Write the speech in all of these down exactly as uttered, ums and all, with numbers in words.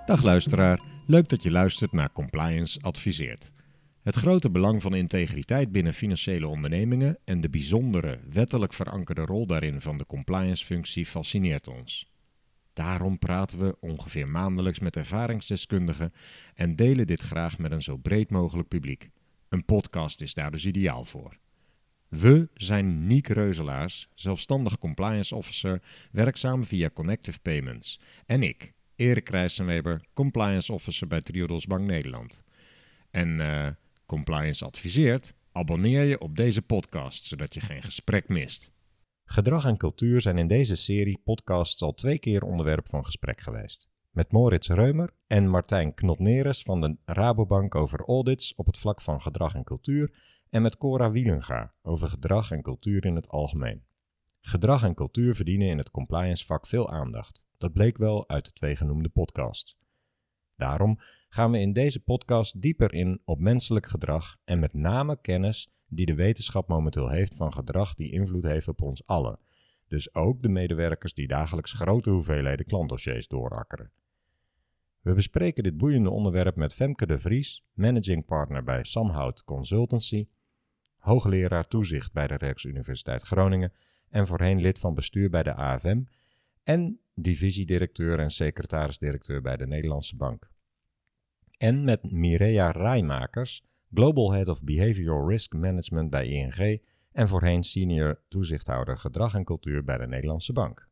Dag luisteraar, leuk dat je luistert naar Compliance Adviseert. Het grote belang van integriteit binnen financiële ondernemingen en de bijzondere, wettelijk verankerde rol daarin van de compliance-functie fascineert ons. Daarom praten we ongeveer maandelijks met ervaringsdeskundigen en delen dit graag met een zo breed mogelijk publiek. Een podcast is daar dus ideaal voor. We zijn Niek Reuzelaars, zelfstandig compliance officer, werkzaam via Connective Payments. En ik, Erik Rijssenweber, compliance officer bij Triodos Bank Nederland. En uh, Compliance Adviseert, abonneer je op deze podcast, zodat je geen gesprek mist. Gedrag en cultuur zijn in deze serie podcasts al twee keer onderwerp van gesprek geweest. Met Moritz Reumer en Martijn Knotneres van de Rabobank over audits op het vlak van gedrag en cultuur en met Cora Wielenga over gedrag en cultuur in het algemeen. Gedrag en cultuur verdienen in het compliance vak veel aandacht. Dat bleek wel uit de twee genoemde podcasts. Daarom gaan we in deze podcast dieper in op menselijk gedrag en met name kennis die de wetenschap momenteel heeft van gedrag die invloed heeft op ons allen. Dus ook de medewerkers die dagelijks grote hoeveelheden klantdossiers doorakkeren. We bespreken dit boeiende onderwerp met Femke de Vries, managing partner bij Samhout Consultancy, hoogleraar toezicht bij de Rijksuniversiteit Groningen en voorheen lid van bestuur bij de A F M en divisiedirecteur en secretaris-directeur bij de Nederlandse Bank. En met Mireia Rijmakers, Global Head of Behavioral Risk Management bij I N G en voorheen senior toezichthouder gedrag en cultuur bij de Nederlandse Bank.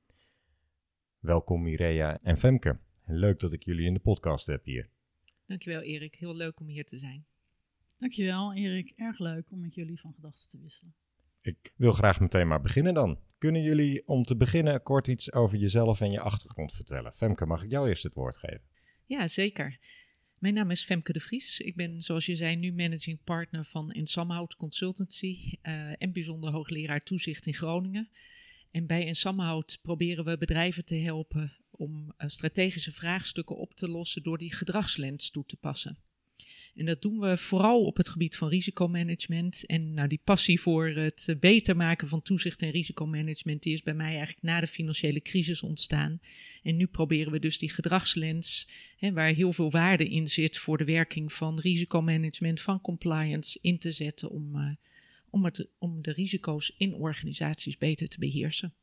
Welkom Mireia en Femke. Leuk dat ik jullie in de podcast heb hier. Dankjewel Erik, heel leuk om hier te zijn. Dankjewel Erik, erg leuk om met jullie van gedachten te wisselen. Ik wil graag meteen maar beginnen dan. Kunnen jullie om te beginnen kort iets over jezelf en je achtergrond vertellen? Femke, mag ik jou eerst het woord geven? Ja, zeker. Mijn naam is Femke de Vries. Ik ben, zoals je zei, nu managing partner van in Samhout Consultancy uh, en bijzonder hoogleraar toezicht in Groningen. En bij in Samhout proberen we bedrijven te helpen om uh, strategische vraagstukken op te lossen door die gedragslens toe te passen. En dat doen we vooral op het gebied van risicomanagement. En nou, die passie voor het beter maken van toezicht en risicomanagement, die is bij mij eigenlijk na de financiële crisis ontstaan. En nu proberen we dus die gedragslens, hè, waar heel veel waarde in zit voor de werking van risicomanagement, van compliance, in te zetten om, uh, om, het, om de risico's in organisaties beter te beheersen.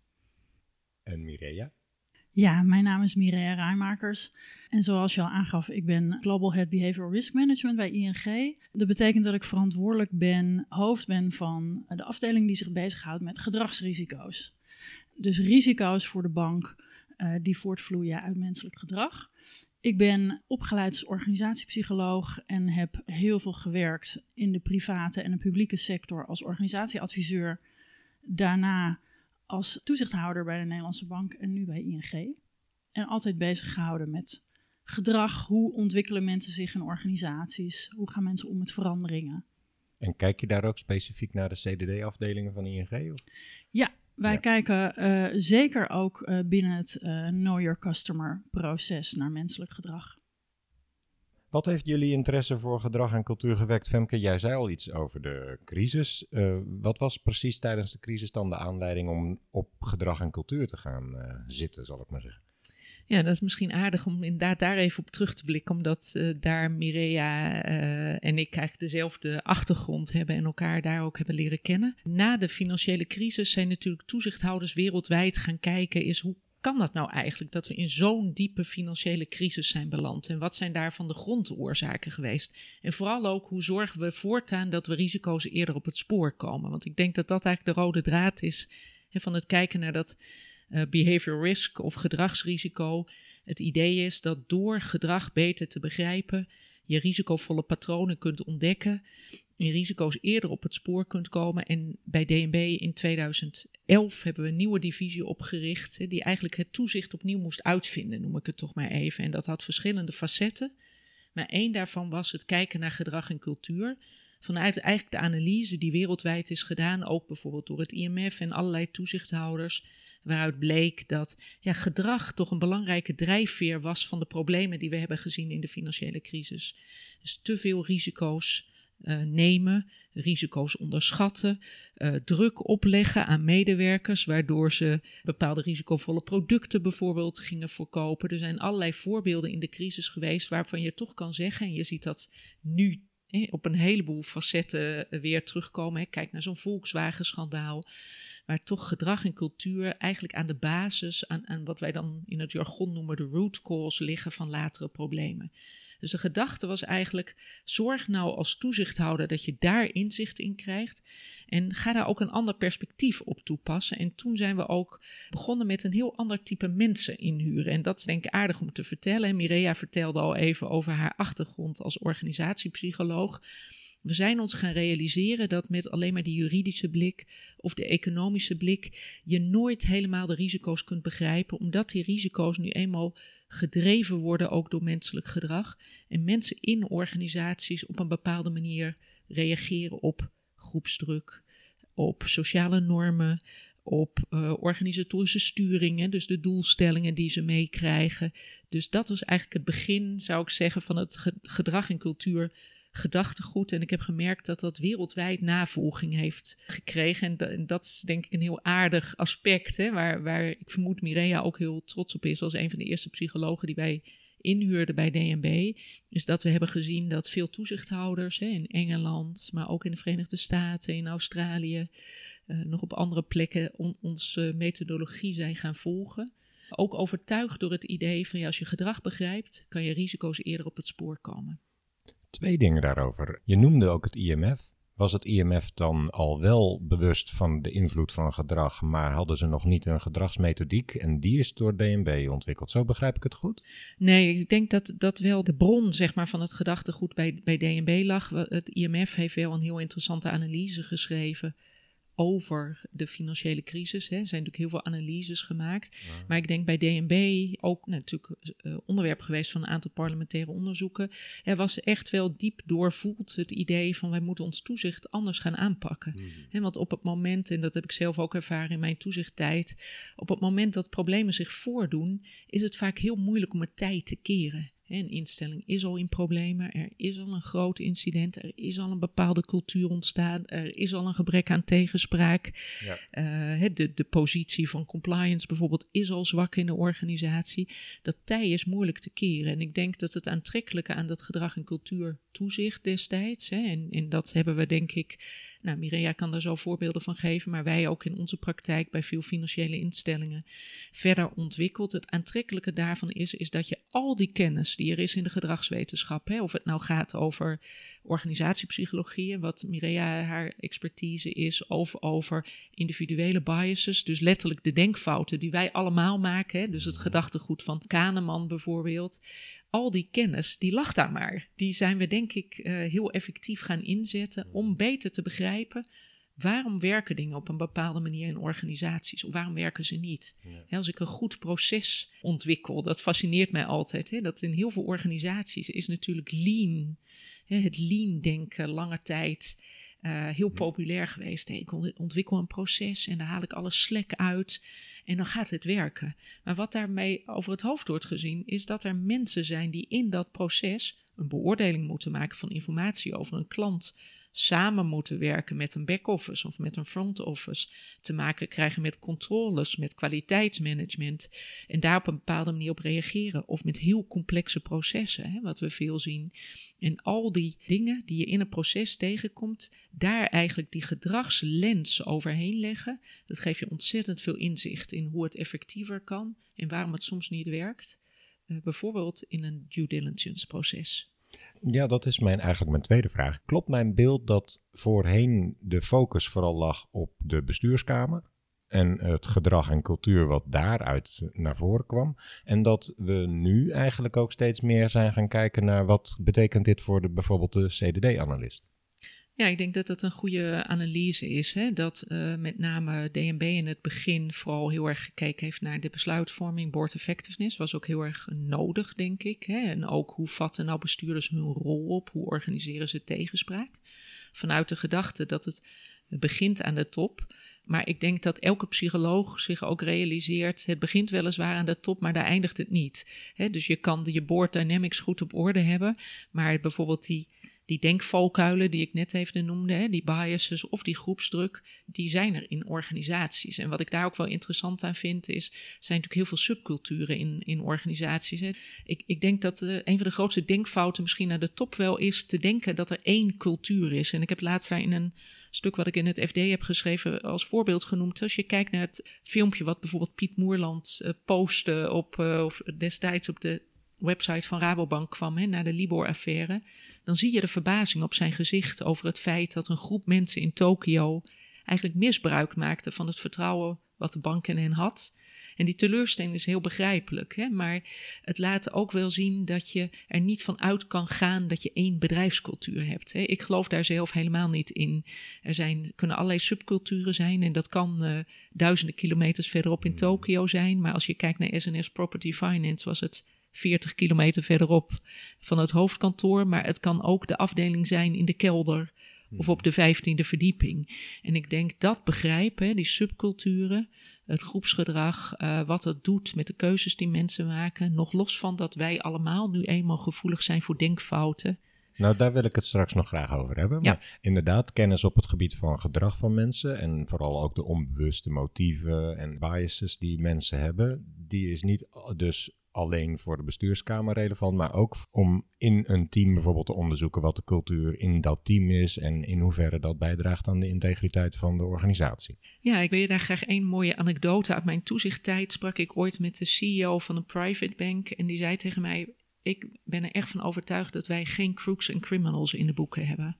En Mireia? Ja, mijn naam is Mireia Rijmakers en zoals je al aangaf, ik ben Global Head Behavioral Risk Management bij I N G. Dat betekent dat ik verantwoordelijk ben, hoofd ben van de afdeling die zich bezighoudt met gedragsrisico's. Dus risico's voor de bank uh, die voortvloeien uit menselijk gedrag. Ik ben opgeleid als organisatiepsycholoog en heb heel veel gewerkt in de private en de publieke sector als organisatieadviseur. Daarna als toezichthouder bij de Nederlandse Bank en nu bij I N G. En altijd bezig gehouden met gedrag. Hoe ontwikkelen mensen zich in organisaties? Hoe gaan mensen om met veranderingen? En kijk je daar ook specifiek naar de C D D-afdelingen van I N G? Of? Ja, wij ja. kijken uh, zeker ook uh, binnen het uh, Know Your Customer proces naar menselijk gedrag. Wat heeft jullie interesse voor gedrag en cultuur gewekt? Femke, jij zei al iets over de crisis. Uh, wat was precies tijdens de crisis dan de aanleiding om op gedrag en cultuur te gaan uh, zitten, zal ik maar zeggen? Ja, dat is misschien aardig om inderdaad daar even op terug te blikken, omdat uh, daar Mireia uh, en ik eigenlijk dezelfde achtergrond hebben en elkaar daar ook hebben leren kennen. Na de financiële crisis zijn natuurlijk toezichthouders wereldwijd gaan kijken, is hoe kan dat nou eigenlijk dat we in zo'n diepe financiële crisis zijn beland? En wat zijn daarvan de grondoorzaken geweest? En vooral ook, hoe zorgen we voortaan dat we risico's eerder op het spoor komen? Want ik denk dat dat eigenlijk de rode draad is he, van het kijken naar dat uh, behavioral risk of gedragsrisico. Het idee is dat door gedrag beter te begrijpen, je risicovolle patronen kunt ontdekken, je risico's eerder op het spoor kunt komen. En bij D N B in tweeduizend elf hebben we een nieuwe divisie opgericht, hè, die eigenlijk het toezicht opnieuw moest uitvinden, noem ik het toch maar even. En dat had verschillende facetten. Maar één daarvan was het kijken naar gedrag en cultuur. Vanuit eigenlijk de analyse die wereldwijd is gedaan, ook bijvoorbeeld door het I M F en allerlei toezichthouders, waaruit bleek dat ja, gedrag toch een belangrijke drijfveer was van de problemen die we hebben gezien in de financiële crisis. Dus te veel risico's uh, nemen, risico's onderschatten, uh, druk opleggen aan medewerkers, waardoor ze bepaalde risicovolle producten bijvoorbeeld gingen verkopen. Er zijn allerlei voorbeelden in de crisis geweest waarvan je toch kan zeggen, en je ziet dat nu eh, op een heleboel facetten weer terugkomen. Hè. Kijk naar zo'n Volkswagen-schandaal, waar toch gedrag en cultuur eigenlijk aan de basis, aan, aan wat wij dan in het jargon noemen de root cause liggen van latere problemen. Dus de gedachte was eigenlijk, zorg nou als toezichthouder dat je daar inzicht in krijgt en ga daar ook een ander perspectief op toepassen. En toen zijn we ook begonnen met een heel ander type mensen inhuren. En dat is denk ik aardig om te vertellen. Mireia vertelde al even over haar achtergrond als organisatiepsycholoog. We zijn ons gaan realiseren dat met alleen maar die juridische blik of de economische blik je nooit helemaal de risico's kunt begrijpen, omdat die risico's nu eenmaal gedreven worden ook door menselijk gedrag. En mensen in organisaties op een bepaalde manier reageren op groepsdruk, op sociale normen, op uh, organisatorische sturingen, dus de doelstellingen die ze meekrijgen. Dus dat was eigenlijk het begin, zou ik zeggen, van het ge- gedrag en cultuur gedachtegoed. En ik heb gemerkt dat dat wereldwijd navolging heeft gekregen. En, d- en dat is denk ik een heel aardig aspect, hè, waar, waar ik vermoed Mireia ook heel trots op is als een van de eerste psychologen die wij inhuurden bij D N B. Is dat we hebben gezien dat veel toezichthouders hè, in Engeland, maar ook in de Verenigde Staten, in Australië, uh, nog op andere plekken on, onze methodologie zijn gaan volgen. Ook overtuigd door het idee van ja, als je gedrag begrijpt, kan je risico's eerder op het spoor komen. Twee dingen daarover. Je noemde ook het I M F. Was het I M F dan al wel bewust van de invloed van gedrag, maar hadden ze nog niet een gedragsmethodiek en die is door D N B ontwikkeld? Zo begrijp ik het goed? Nee, ik denk dat dat wel de bron zeg maar, van het gedachtegoed bij, bij D N B lag. Het I M F heeft wel een heel interessante analyse geschreven over de financiële crisis. Hè. Er zijn natuurlijk heel veel analyses gemaakt. Ja. Maar ik denk bij D N B ook nou, natuurlijk uh, onderwerp geweest van een aantal parlementaire onderzoeken. Er was echt wel diep doorvoeld het idee van wij moeten ons toezicht anders gaan aanpakken. Mm. He, want op het moment, en dat heb ik zelf ook ervaren in mijn toezichttijd, op het moment dat problemen zich voordoen, is het vaak heel moeilijk om het tij te keren. Een instelling is al in problemen, er is al een groot incident, er is al een bepaalde cultuur ontstaan, er is al een gebrek aan tegenspraak. Ja. Uh, de, de positie van compliance bijvoorbeeld is al zwak in de organisatie. Dat tij is moeilijk te keren. En ik denk dat het aantrekkelijke aan dat gedrag en cultuur toezicht destijds, hè, en, en dat hebben we denk ik, nou Mireia kan daar zo voorbeelden van geven, maar wij ook in onze praktijk bij veel financiële instellingen verder ontwikkeld. Het aantrekkelijke daarvan is, is dat je al die kennis die er is in de gedragswetenschap, hè, of het nou gaat over organisatiepsychologie, wat Mireia haar expertise is, of over individuele biases, dus letterlijk de denkfouten die wij allemaal maken, hè, dus het gedachtegoed van Kahneman bijvoorbeeld. Al die kennis, die lag daar maar. Die zijn we denk ik uh, heel effectief gaan inzetten om beter te begrijpen waarom werken dingen op een bepaalde manier in organisaties of waarom werken ze niet. Ja. He, als ik een goed proces ontwikkel, dat fascineert mij altijd. He, dat in heel veel organisaties is natuurlijk lean, he, het lean denken lange tijd Uh, heel populair geweest. Hey, ik ontwikkel een proces en dan haal ik alle slek uit en dan gaat het werken. Maar wat daarmee over het hoofd wordt gezien is dat er mensen zijn die in dat proces een beoordeling moeten maken van informatie over een klant, samen moeten werken met een back-office of met een front-office, te maken krijgen met controles, met kwaliteitsmanagement en daar op een bepaalde manier op reageren. Of met heel complexe processen, hè, wat we veel zien. En al die dingen die je in een proces tegenkomt, daar eigenlijk die gedragslens overheen leggen, dat geeft je ontzettend veel inzicht in hoe het effectiever kan en waarom het soms niet werkt. Uh, bijvoorbeeld in een due diligence proces. Ja, dat is mijn, eigenlijk mijn tweede vraag. Klopt mijn beeld dat voorheen de focus vooral lag op de bestuurskamer en het gedrag en cultuur wat daaruit naar voren kwam, en dat we nu eigenlijk ook steeds meer zijn gaan kijken naar wat betekent dit voor de, bijvoorbeeld de C D D-analyst? Ja, ik denk dat dat een goede analyse is. Hè? Dat uh, met name D N B in het begin vooral heel erg gekeken heeft naar de besluitvorming. Board effectiveness was ook heel erg nodig, denk ik. Hè? En ook hoe vatten nou bestuurders hun rol op? Hoe organiseren ze tegenspraak? Vanuit de gedachte dat het begint aan de top. Maar ik denk dat elke psycholoog zich ook realiseert, het begint weliswaar aan de top, maar daar eindigt het niet. Hè? Dus je kan je board dynamics goed op orde hebben, maar bijvoorbeeld die... die denkvalkuilen die ik net even noemde, hè, die biases of die groepsdruk, die zijn er in organisaties. En wat ik daar ook wel interessant aan vind is, er zijn natuurlijk heel veel subculturen in, in organisaties. Hè. Ik, ik denk dat uh, een van de grootste denkfouten misschien naar de top wel is te denken dat er één cultuur is. En ik heb laatst daar in een stuk wat ik in het F D heb geschreven als voorbeeld genoemd. Als je kijkt naar het filmpje wat bijvoorbeeld Piet Moerland uh, postte op, uh, of destijds op de website van Rabobank kwam, hè, na de Libor-affaire, dan zie je de verbazing op zijn gezicht over het feit dat een groep mensen in Tokio eigenlijk misbruik maakte van het vertrouwen wat de bank in hen had. En die teleurstelling is heel begrijpelijk, hè? Maar het laat ook wel zien dat je er niet van uit kan gaan dat je één bedrijfscultuur hebt. Hè? Ik geloof daar zelf helemaal niet in. Er zijn, kunnen allerlei subculturen zijn en dat kan uh, duizenden kilometers verderop in Tokio zijn. Maar als je kijkt naar S N S Property Finance was het veertig kilometer verderop van het hoofdkantoor. Maar het kan ook de afdeling zijn in de kelder of op de vijftiende verdieping. En ik denk dat begrijpen, die subculturen, het groepsgedrag, uh, wat het doet met de keuzes die mensen maken, nog los van dat wij allemaal nu eenmaal gevoelig zijn voor denkfouten. Nou, daar wil ik het straks nog graag over hebben. Ja. Maar inderdaad, kennis op het gebied van gedrag van mensen en vooral ook de onbewuste motieven en biases die mensen hebben, die is niet dus alleen voor de bestuurskamer relevant, maar ook om in een team bijvoorbeeld te onderzoeken wat de cultuur in dat team is en in hoeverre dat bijdraagt aan de integriteit van de organisatie. Ja, ik wil je daar graag één mooie anekdote. Uit mijn toezichttijd sprak ik ooit met de C E O van een private bank en die zei tegen mij, ik ben er echt van overtuigd dat wij geen crooks en criminals in de boeken hebben.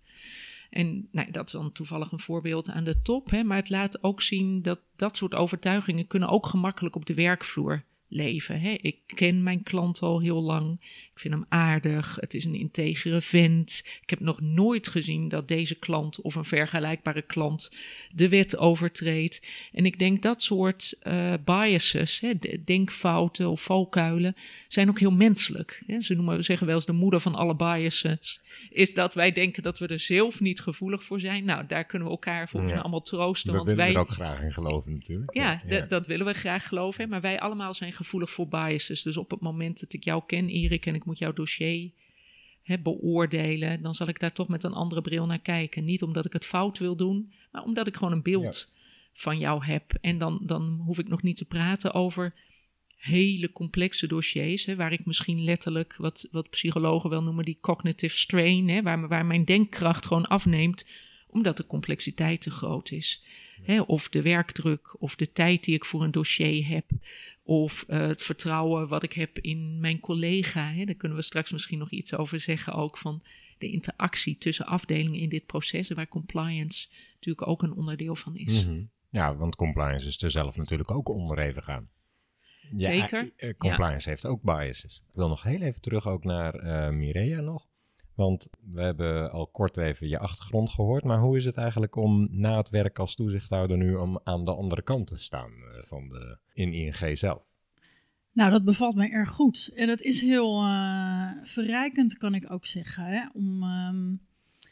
En nou, dat is dan toevallig een voorbeeld aan de top, hè, maar het laat ook zien dat dat soort overtuigingen kunnen ook gemakkelijk op de werkvloer leven. Hè. Ik ken mijn klant al heel lang. Ik vind hem aardig. Het is een integere vent. Ik heb nog nooit gezien dat deze klant of een vergelijkbare klant de wet overtreedt. En ik denk dat soort uh, biases, hè, denkfouten of valkuilen, zijn ook heel menselijk. Hè. Ze noemen, zeggen wel eens de moeder van alle biases is dat wij denken dat we er zelf niet gevoelig voor zijn. Nou, daar kunnen we elkaar volgens mij ja. allemaal troosten. We want willen wij, er ook graag in geloven natuurlijk. Ja, Ja, ja. D- dat willen we graag geloven. Hè? Maar wij allemaal zijn gevoelig voor biases. Dus op het moment dat ik jou ken, Erik, en ik moet jouw dossier hè, beoordelen, dan zal ik daar toch met een andere bril naar kijken. Niet omdat ik het fout wil doen, maar omdat ik gewoon een beeld ja. van jou heb. En dan, dan hoef ik nog niet te praten over hele complexe dossiers, hè, waar ik misschien letterlijk, wat, wat psychologen wel noemen, die cognitive strain, hè, waar, waar mijn denkkracht gewoon afneemt, omdat de complexiteit te groot is. Hè, of de werkdruk, of de tijd die ik voor een dossier heb, of uh, het vertrouwen wat ik heb in mijn collega. Hè, daar kunnen we straks misschien nog iets over zeggen, ook van de interactie tussen afdelingen in dit proces, waar compliance natuurlijk ook een onderdeel van is. Mm-hmm. Ja, want compliance is er zelf natuurlijk ook onderhevig aan. Ja, Zeker. Uh, compliance ja. heeft ook biases. Ik wil nog heel even terug ook naar uh, Mireia nog. Want we hebben al kort even je achtergrond gehoord. Maar hoe is het eigenlijk om na het werk als toezichthouder nu om aan de andere kant te staan uh, van de, in I N G zelf? Nou, dat bevalt mij erg goed. En dat is heel uh, verrijkend, kan ik ook zeggen. Hè? Om, um,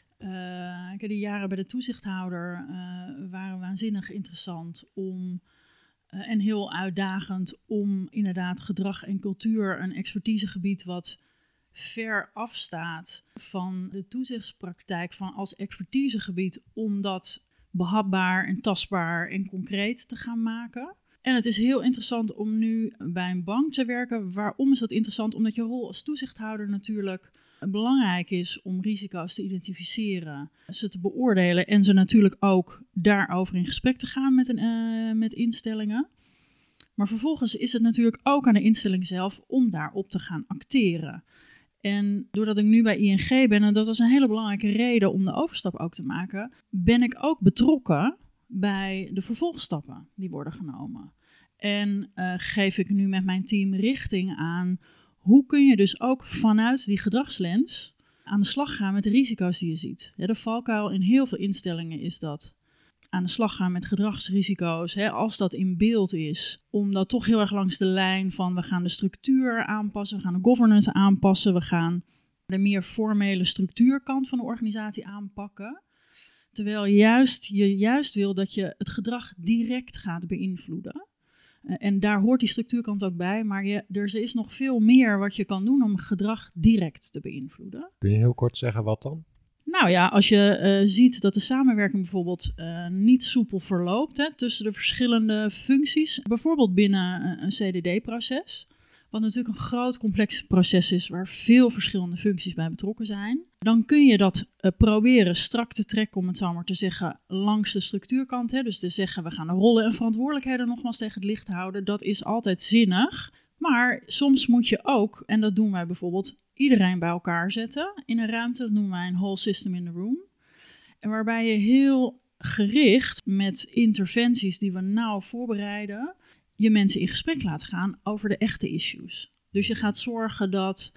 uh, die jaren bij de toezichthouder uh, waren waanzinnig interessant om... Uh, en heel uitdagend om inderdaad gedrag en cultuur, een expertisegebied wat ver afstaat van de toezichtspraktijk van als expertisegebied, om dat behapbaar en tastbaar en concreet te gaan maken. En het is heel interessant om nu bij een bank te werken. Waarom is dat interessant? Omdat je rol als toezichthouder natuurlijk belangrijk is om risico's te identificeren, ze te beoordelen en ze natuurlijk ook daarover in gesprek te gaan met, een, uh, met instellingen. Maar vervolgens is het natuurlijk ook aan de instelling zelf om daarop te gaan acteren. En doordat ik nu bij I N G ben, en dat was een hele belangrijke reden om de overstap ook te maken, ben ik ook betrokken bij de vervolgstappen die worden genomen. En uh, geef ik nu met mijn team richting aan hoe kun je dus ook vanuit die gedragslens aan de slag gaan met de risico's die je ziet. Ja, de valkuil in heel veel instellingen is dat aan de slag gaan met gedragsrisico's, hè, als dat in beeld is, om dat toch heel erg langs de lijn van we gaan de structuur aanpassen, we gaan de governance aanpassen, we gaan de meer formele structuurkant van de organisatie aanpakken. Terwijl juist, je juist wil dat je het gedrag direct gaat beïnvloeden. Uh, en daar hoort die structuurkant ook bij, maar je, er is nog veel meer wat je kan doen om gedrag direct te beïnvloeden. Kun je heel kort zeggen wat dan? Nou ja, als je uh, ziet dat de samenwerking bijvoorbeeld uh, niet soepel verloopt hè, tussen de verschillende functies, bijvoorbeeld binnen een, een C D D-proces, wat natuurlijk een groot complex proces is waar veel verschillende functies bij betrokken zijn, dan kun je dat uh, proberen strak te trekken, om het zo maar te zeggen, langs de structuurkant. Hè. Dus te zeggen, we gaan de rollen en verantwoordelijkheden nogmaals tegen het licht houden. Dat is altijd zinnig. Maar soms moet je ook, en dat doen wij bijvoorbeeld, iedereen bij elkaar zetten in een ruimte. Dat noemen wij een whole system in the room. En waarbij je heel gericht met interventies die we nauw voorbereiden, je mensen in gesprek laat gaan over de echte issues. Dus je gaat zorgen dat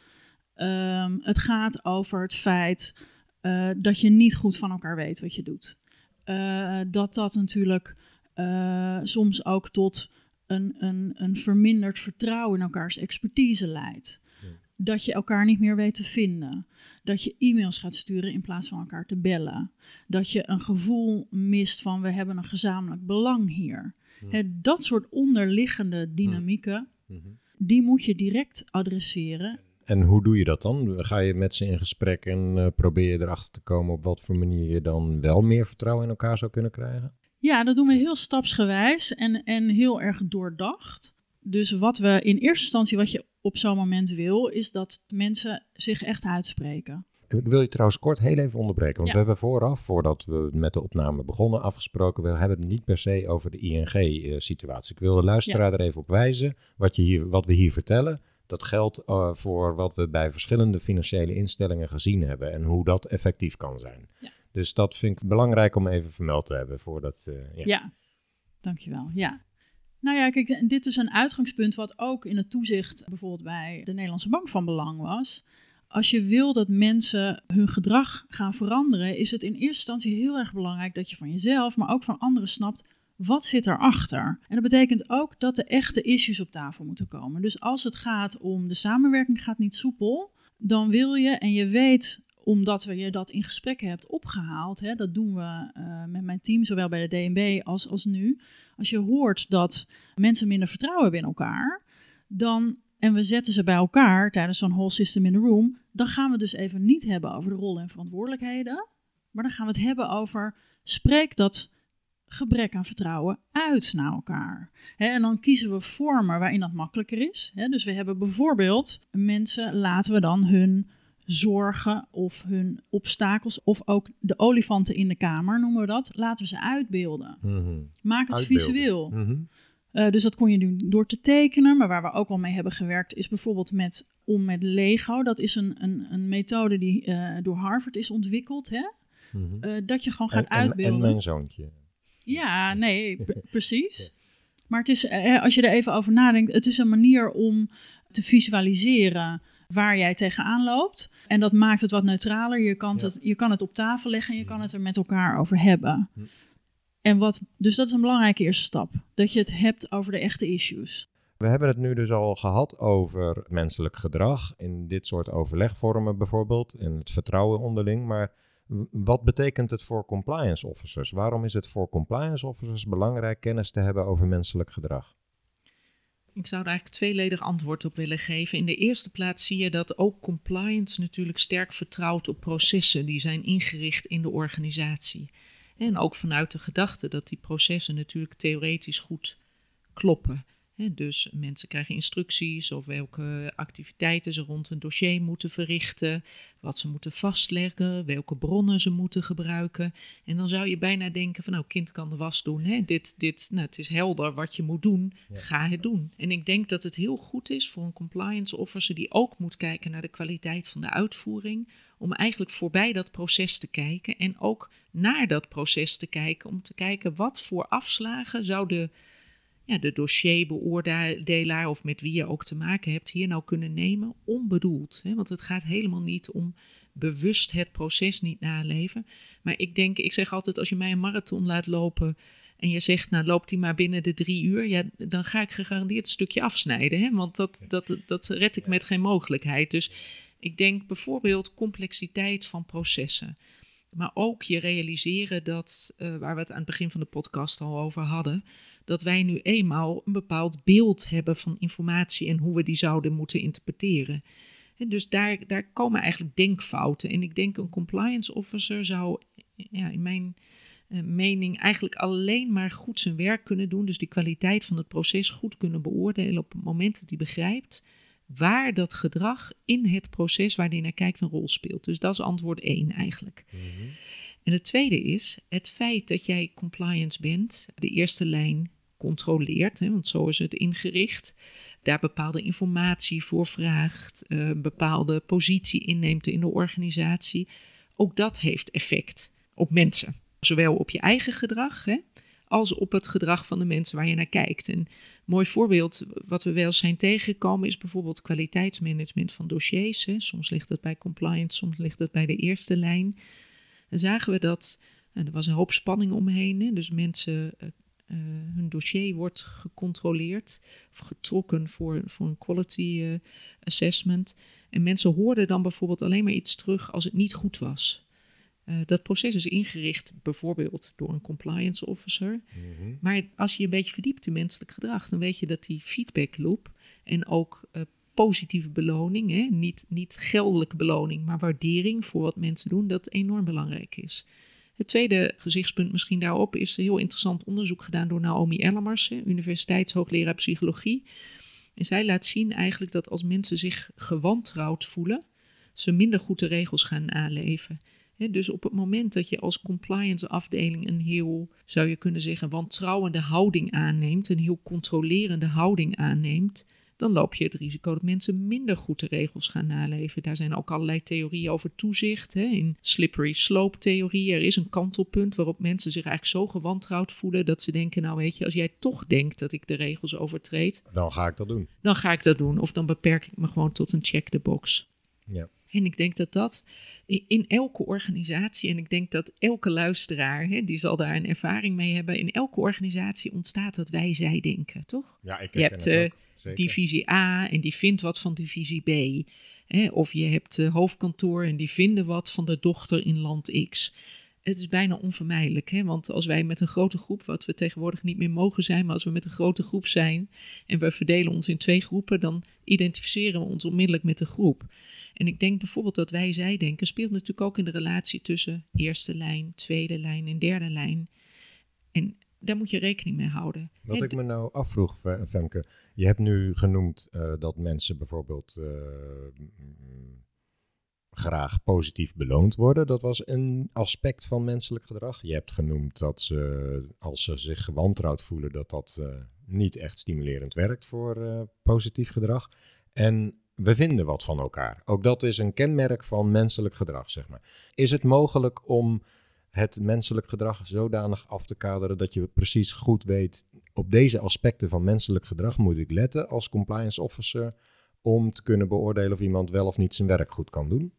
um, het gaat over het feit uh, dat je niet goed van elkaar weet wat je doet. Uh, dat dat natuurlijk uh, soms ook tot een, een, een verminderd vertrouwen in elkaars expertise leidt. Ja. Dat je elkaar niet meer weet te vinden. Dat je e-mails gaat sturen in plaats van elkaar te bellen. Dat je een gevoel mist van we hebben een gezamenlijk belang hier. Ja. He, dat soort onderliggende dynamieken, ja. die moet je direct adresseren. En hoe doe je dat dan? Ga je met ze in gesprek en uh, probeer je erachter te komen op wat voor manier je dan wel meer vertrouwen in elkaar zou kunnen krijgen? Ja, dat doen we heel stapsgewijs en, en heel erg doordacht. Dus wat we in eerste instantie, wat je op zo'n moment wil, is dat mensen zich echt uitspreken. Ik wil je trouwens kort heel even onderbreken. Want ja. we hebben vooraf, voordat we met de opname begonnen, afgesproken, we hebben het niet per se over de I N G-situatie. Ik wil de luisteraar ja. er even op wijzen. Wat, je hier, wat we hier vertellen, dat geldt uh, voor wat we bij verschillende financiële instellingen gezien hebben en hoe dat effectief kan zijn. Ja. Dus dat vind ik belangrijk om even vermeld te hebben. Voordat, uh, ja. ja, dankjewel. Ja. Nou ja, kijk, dit is een uitgangspunt wat ook in het toezicht bijvoorbeeld bij de Nederlandse Bank van belang was. Als je wil dat mensen hun gedrag gaan veranderen, is het in eerste instantie heel erg belangrijk dat je van jezelf, maar ook van anderen snapt, wat zit erachter? En dat betekent ook dat de echte issues op tafel moeten komen. Dus als het gaat om de samenwerking gaat niet soepel, dan wil je, en je weet, omdat we je dat in gesprekken hebt opgehaald, hè, dat doen we uh, met mijn team, zowel bij de D N B als, als nu. Als je hoort dat mensen minder vertrouwen hebben in elkaar, dan, en we zetten ze bij elkaar tijdens zo'n whole system in the room, dan gaan we het dus even niet hebben over de rollen en verantwoordelijkheden, maar dan gaan we het hebben over, spreek dat gebrek aan vertrouwen uit naar elkaar. He, en dan kiezen we vormen waarin dat makkelijker is. He, dus we hebben bijvoorbeeld mensen, laten we dan hun zorgen of hun obstakels of ook de olifanten in de kamer, noemen we dat, laten we ze uitbeelden. Mm-hmm. Maak het uitbeelden. Visueel. Mm-hmm. Uh, dus dat kon je doen door te tekenen, maar waar we ook al mee hebben gewerkt is bijvoorbeeld met, om met Lego. Dat is een, een, een methode die uh, door Harvard is ontwikkeld. Hè? Mm-hmm. Uh, dat je gewoon gaat en, uitbeelden. En mijn zoontje. Ja, nee, p- precies. Maar het is, als je er even over nadenkt, het is een manier om te visualiseren waar jij tegenaan loopt. En dat maakt het wat neutraler. Je kan, ja. het, je kan het op tafel leggen en je kan het er met elkaar over hebben. Hm. En wat, dus dat is een belangrijke eerste stap. Dat je het hebt over de echte issues. We hebben het nu dus al gehad over menselijk gedrag in dit soort overlegvormen bijvoorbeeld. En het vertrouwen onderling, maar wat betekent het voor compliance officers? Waarom is het voor compliance officers belangrijk kennis te hebben over menselijk gedrag? Ik zou er eigenlijk tweeledig antwoord op willen geven. In de eerste plaats zie je dat ook compliance natuurlijk sterk vertrouwt op processen die zijn ingericht in de organisatie. En ook vanuit de gedachte dat die processen natuurlijk theoretisch goed kloppen. He, dus mensen krijgen instructies over welke activiteiten ze rond een dossier moeten verrichten, wat ze moeten vastleggen, welke bronnen ze moeten gebruiken. En dan zou je bijna denken van nou, kind kan de was doen. Hè? Dit, dit, nou, het is helder wat je moet doen, ja. Ga het doen. En ik denk dat het heel goed is voor een compliance officer die ook moet kijken naar de kwaliteit van de uitvoering, om eigenlijk voorbij dat proces te kijken en ook naar dat proces te kijken, om te kijken wat voor afslagen zou de Ja, de dossierbeoordelaar of met wie je ook te maken hebt hier nou kunnen nemen, onbedoeld. Hè? Want het gaat helemaal niet om bewust het proces niet naleven. Maar ik denk, ik zeg altijd, als je mij een marathon laat lopen en je zegt, nou loopt die maar binnen de drie uur, ja, dan ga ik gegarandeerd een stukje afsnijden. Hè? Want dat, dat, dat red ik met geen mogelijkheid. Dus ik denk bijvoorbeeld complexiteit van processen. Maar ook je realiseren dat, uh, waar we het aan het begin van de podcast al over hadden, dat wij nu eenmaal een bepaald beeld hebben van informatie en hoe we die zouden moeten interpreteren. En dus daar, daar komen eigenlijk denkfouten. En ik denk een compliance officer zou ja, in mijn uh, mening eigenlijk alleen maar goed zijn werk kunnen doen. Dus die kwaliteit van het proces goed kunnen beoordelen op het moment dat hij begrijpt waar dat gedrag in het proces waar hij naar kijkt een rol speelt. Dus dat is antwoord één eigenlijk. Mm-hmm. En het tweede is het feit dat jij compliance bent, de eerste lijn controleert, hè, want zo is het ingericht, daar bepaalde informatie voor vraagt, uh, bepaalde positie inneemt in de organisatie. Ook dat heeft effect op mensen. Zowel op je eigen gedrag, hè, als op het gedrag van de mensen waar je naar kijkt. En een mooi voorbeeld wat we wel eens zijn tegengekomen is bijvoorbeeld kwaliteitsmanagement van dossiers. Hè. Soms ligt het bij compliance, soms ligt het bij de eerste lijn. Dan zagen we dat, nou, er was een hoop spanning omheen, hè, dus mensen... Uh, Uh, hun dossier wordt gecontroleerd of getrokken voor, voor een quality uh, assessment. En mensen hoorden dan bijvoorbeeld alleen maar iets terug als het niet goed was. Uh, dat proces is ingericht bijvoorbeeld door een compliance officer. Mm-hmm. Maar als je een beetje verdiept in menselijk gedrag, dan weet je dat die feedback loop en ook uh, positieve beloning, hè, niet, niet geldelijke beloning, maar waardering voor wat mensen doen, dat enorm belangrijk is. Het tweede gezichtspunt misschien daarop is een heel interessant onderzoek gedaan door Naomi Ellemers, universiteitshoogleraar psychologie. En zij laat zien eigenlijk dat als mensen zich gewantrouwd voelen, ze minder goed de regels gaan naleven. He, dus op het moment dat je als compliance afdeling een heel, zou je kunnen zeggen, wantrouwende houding aanneemt, een heel controlerende houding aanneemt, dan loop je het risico dat mensen minder goed de regels gaan naleven. Daar zijn ook allerlei theorieën over toezicht. Hè. In slippery slope theorie, er is een kantelpunt waarop mensen zich eigenlijk zo gewantrouwd voelen dat ze denken, nou weet je, als jij toch denkt dat ik de regels overtreed, dan ga ik dat doen. Dan ga ik dat doen. Of dan beperk ik me gewoon tot een check the box. Ja. En ik denk dat dat in elke organisatie, en ik denk dat elke luisteraar, hè, die zal daar een ervaring mee hebben, in elke organisatie ontstaat dat wij-zij denken, toch? Ja, ik je hebt uh, divisie A en die vindt wat van divisie B. Hè? Of je hebt uh, hoofdkantoor en die vinden wat van de dochter in land X. Het is bijna onvermijdelijk, hè? Want als wij met een grote groep, wat we tegenwoordig niet meer mogen zijn, maar als we met een grote groep zijn en we verdelen ons in twee groepen, dan identificeren we ons onmiddellijk met de groep. En ik denk bijvoorbeeld dat wij-zij denken speelt natuurlijk ook in de relatie tussen eerste lijn, tweede lijn en derde lijn. En daar moet je rekening mee houden. Wat He, ik me nou afvroeg, Femke, je hebt nu genoemd uh, dat mensen bijvoorbeeld uh, graag positief beloond worden. Dat was een aspect van menselijk gedrag. Je hebt genoemd dat ze, als ze zich gewantrouwd voelen, dat dat uh, niet echt stimulerend werkt voor uh, positief gedrag. En we vinden wat van elkaar. Ook dat is een kenmerk van menselijk gedrag, zeg maar. Is het mogelijk om het menselijk gedrag zodanig af te kaderen dat je precies goed weet, op deze aspecten van menselijk gedrag moet ik letten als compliance officer om te kunnen beoordelen of iemand wel of niet zijn werk goed kan doen?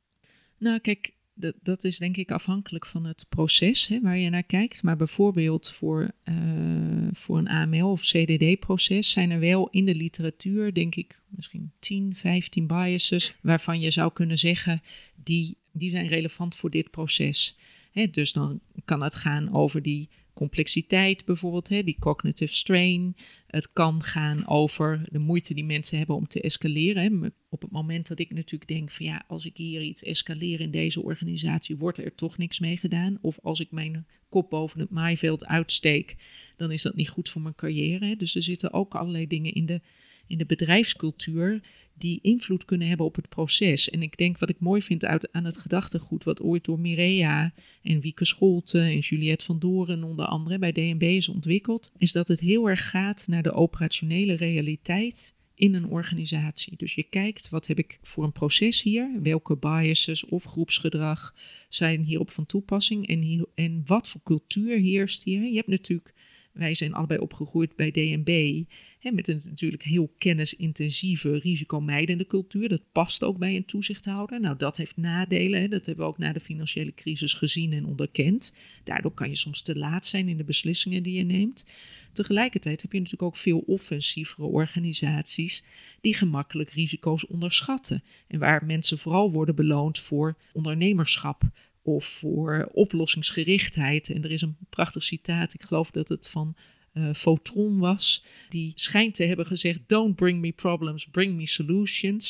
Nou, kijk, dat, dat is denk ik afhankelijk van het proces, hè, waar je naar kijkt. Maar bijvoorbeeld voor, uh, voor een A M L of C D D-proces zijn er wel in de literatuur, denk ik, misschien tien, vijftien biases, waarvan je zou kunnen zeggen, die, die zijn relevant voor dit proces. Hè, dus dan kan het gaan over die complexiteit bijvoorbeeld, hè, die cognitive strain. Het kan gaan over de moeite die mensen hebben om te escaleren. Hè. Op het moment dat ik natuurlijk denk van ja, als ik hier iets escaleer in deze organisatie, wordt er toch niks mee gedaan. Of als ik mijn kop boven het maaiveld uitsteek, dan is dat niet goed voor mijn carrière. Hè. Dus er zitten ook allerlei dingen in de, in de bedrijfscultuur die invloed kunnen hebben op het proces. En ik denk wat ik mooi vind uit, aan het gedachtegoed, wat ooit door Mireia en Wieke Scholte en Juliette van Doren onder andere bij D N B is ontwikkeld, is dat het heel erg gaat naar de operationele realiteit in een organisatie. Dus je kijkt, wat heb ik voor een proces hier? Welke biases of groepsgedrag zijn hierop van toepassing? En, hier, en wat voor cultuur heerst hier? Je hebt natuurlijk, wij zijn allebei opgegroeid bij D N B, hè, met een natuurlijk heel kennisintensieve, risicomijdende cultuur. Dat past ook bij een toezichthouder. Nou, dat heeft nadelen. Hè. Dat hebben we ook na de financiële crisis gezien en onderkend. Daardoor kan je soms te laat zijn in de beslissingen die je neemt. Tegelijkertijd heb je natuurlijk ook veel offensievere organisaties die gemakkelijk risico's onderschatten. En waar mensen vooral worden beloond voor ondernemerschap of voor oplossingsgerichtheid. En er is een prachtig citaat, ik geloof dat het van uh, Vautron was, die schijnt te hebben gezegd, don't bring me problems, bring me solutions.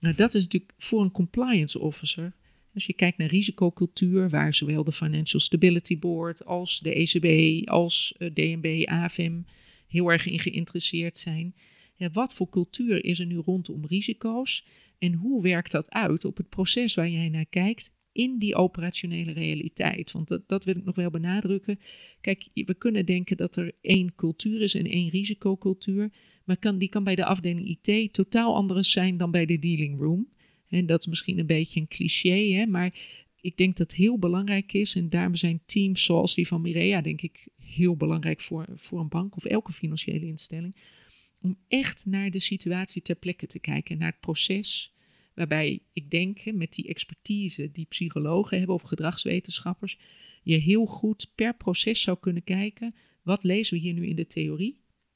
Nou, dat is natuurlijk voor een compliance officer. Als je kijkt naar risicocultuur, waar zowel de Financial Stability Board als de E C B, als D N B, A F M heel erg in geïnteresseerd zijn. Ja, wat voor cultuur is er nu rondom risico's en hoe werkt dat uit op het proces waar jij naar kijkt in die operationele realiteit? Want dat, dat wil ik nog wel benadrukken. Kijk, we kunnen denken dat er één cultuur is en één risicocultuur, maar kan, die kan bij de afdeling I T totaal anders zijn dan bij de dealing room. En dat is misschien een beetje een cliché, hè, maar ik denk dat het heel belangrijk is. En daarom zijn teams zoals die van Mireia, denk ik, heel belangrijk voor, voor een bank of elke financiële instelling. Om echt naar de situatie ter plekke te kijken, naar het proces. Waarbij ik denk, hè, met die expertise die psychologen hebben of gedragswetenschappers, je heel goed per proces zou kunnen kijken. Wat lezen we hier nu in de theorie?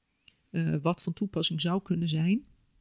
Uh, wat van toepassing zou kunnen zijn?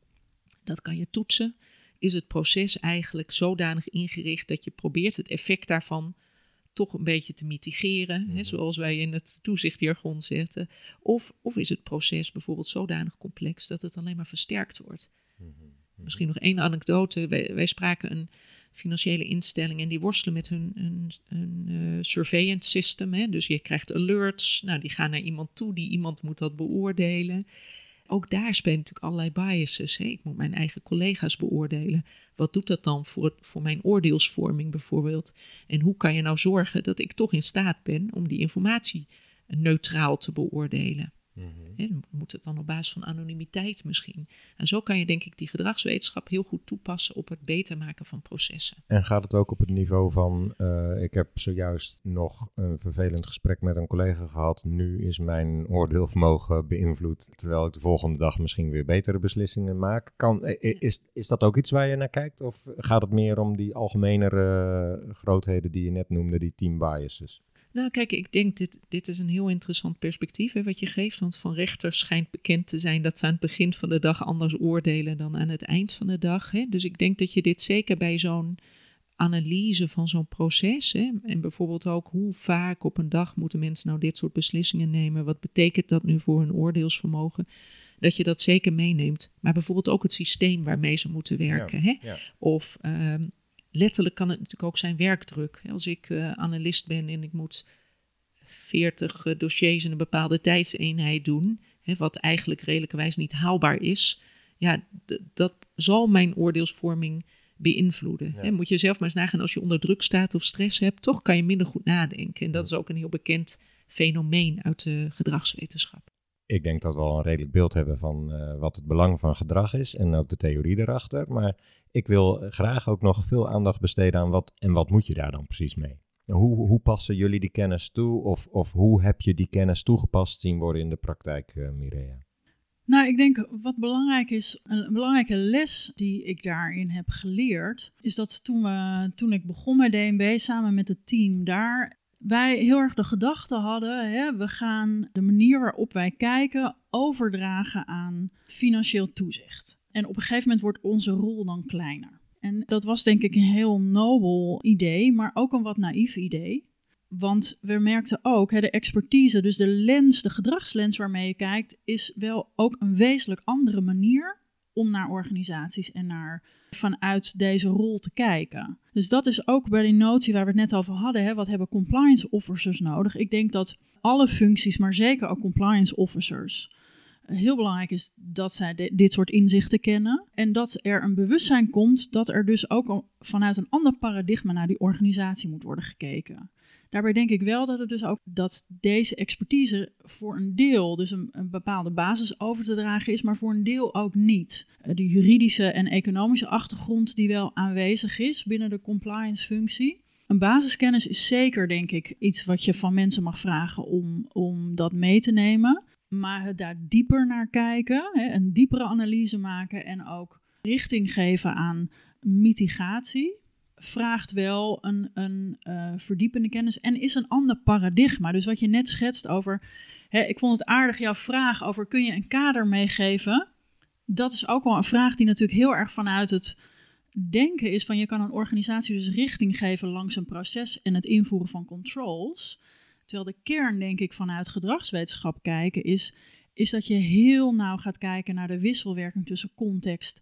Dat kan je toetsen. Is het proces eigenlijk zodanig ingericht dat je probeert het effect daarvan toch een beetje te mitigeren, mm-hmm. hè, zoals wij in het toezichtjargon zetten. Of, of is het proces bijvoorbeeld zodanig complex dat het alleen maar versterkt wordt. Mm-hmm. Misschien nog één anekdote. Wij, wij spraken een financiële instelling en die worstelen met hun, hun, hun uh, surveillance system. Hè. Dus je krijgt alerts, nou, die gaan naar iemand toe, die iemand moet dat beoordelen. Ook daar spelen natuurlijk allerlei biases. Hè. Ik moet mijn eigen collega's beoordelen. Wat doet dat dan voor, voor mijn oordeelsvorming bijvoorbeeld? En hoe kan je nou zorgen dat ik toch in staat ben om die informatie neutraal te beoordelen? Mm-hmm. Hè, moet het dan op basis van anonimiteit misschien? En zo kan je denk ik die gedragswetenschap heel goed toepassen op het beter maken van processen. En gaat het ook op het niveau van, uh, ik heb zojuist nog een vervelend gesprek met een collega gehad. Nu is mijn oordeelvermogen beïnvloed, terwijl ik de volgende dag misschien weer betere beslissingen maak. Kan, is, is dat ook iets waar je naar kijkt? Of gaat het meer om die algemenere uh, grootheden die je net noemde, die team biases? Nou kijk, ik denk dit, dit is een heel interessant perspectief hè, wat je geeft. Want van rechters schijnt bekend te zijn dat ze aan het begin van de dag anders oordelen dan aan het eind van de dag. Hè. Dus ik denk dat je dit zeker bij zo'n analyse van zo'n proces. Hè, en bijvoorbeeld ook hoe vaak op een dag moeten mensen nou dit soort beslissingen nemen. Wat betekent dat nu voor hun oordeelsvermogen? Dat je dat zeker meeneemt. Maar bijvoorbeeld ook het systeem waarmee ze moeten werken. Ja, hè. Ja. Of... Um, letterlijk kan het natuurlijk ook zijn werkdruk. Als ik uh, analist ben en ik moet veertig uh, dossiers in een bepaalde tijdseenheid doen, hè, wat eigenlijk redelijkerwijs niet haalbaar is, ja, d- dat zal mijn oordeelsvorming beïnvloeden. Ja. Hè, moet je zelf maar eens nagaan, als je onder druk staat of stress hebt, toch kan je minder goed nadenken. En dat is ook een heel bekend fenomeen uit de gedragswetenschap. Ik denk dat we al een redelijk beeld hebben van uh, wat het belang van gedrag is en ook de theorie erachter, maar ik wil graag ook nog veel aandacht besteden aan wat en wat moet je daar dan precies mee? Hoe, hoe passen jullie die kennis toe of, of hoe heb je die kennis toegepast zien worden in de praktijk, uh, Mireia? Nou, ik denk wat belangrijk is, een belangrijke les die ik daarin heb geleerd, is dat toen, we, toen ik begon bij D N B samen met het team daar, wij heel erg de gedachte hadden, hè, we gaan de manier waarop wij kijken overdragen aan financieel toezicht. En op een gegeven moment wordt onze rol dan kleiner. En dat was denk ik een heel nobel idee, maar ook een wat naïef idee. Want we merkten ook, hè, de expertise, dus de lens, de gedragslens waarmee je kijkt, is wel ook een wezenlijk andere manier om naar organisaties en naar vanuit deze rol te kijken. Dus dat is ook bij die notie waar we het net over hadden, hè, wat hebben compliance officers nodig? Ik denk dat alle functies, maar zeker ook compliance officers, heel belangrijk is dat zij de, dit soort inzichten kennen. En dat er een bewustzijn komt dat er dus ook vanuit een ander paradigma naar die organisatie moet worden gekeken. Daarbij denk ik wel dat het dus ook dat deze expertise voor een deel dus een, een bepaalde basis over te dragen is, maar voor een deel ook niet. De juridische en economische achtergrond die wel aanwezig is binnen de compliance functie. Een basiskennis is zeker denk ik iets wat je van mensen mag vragen om, om dat mee te nemen. Maar het daar dieper naar kijken, hè, een diepere analyse maken en ook richting geven aan mitigatie, vraagt wel een, een uh, verdiepende kennis en is een ander paradigma. Dus wat je net schetst over, hè, ik vond het aardig jouw vraag over kun je een kader meegeven? Dat is ook wel een vraag die natuurlijk heel erg vanuit het denken is van je kan een organisatie dus richting geven langs een proces en het invoeren van controls. Terwijl de kern, denk ik, vanuit gedragswetenschap kijken is, is dat je heel nauw gaat kijken naar de wisselwerking tussen context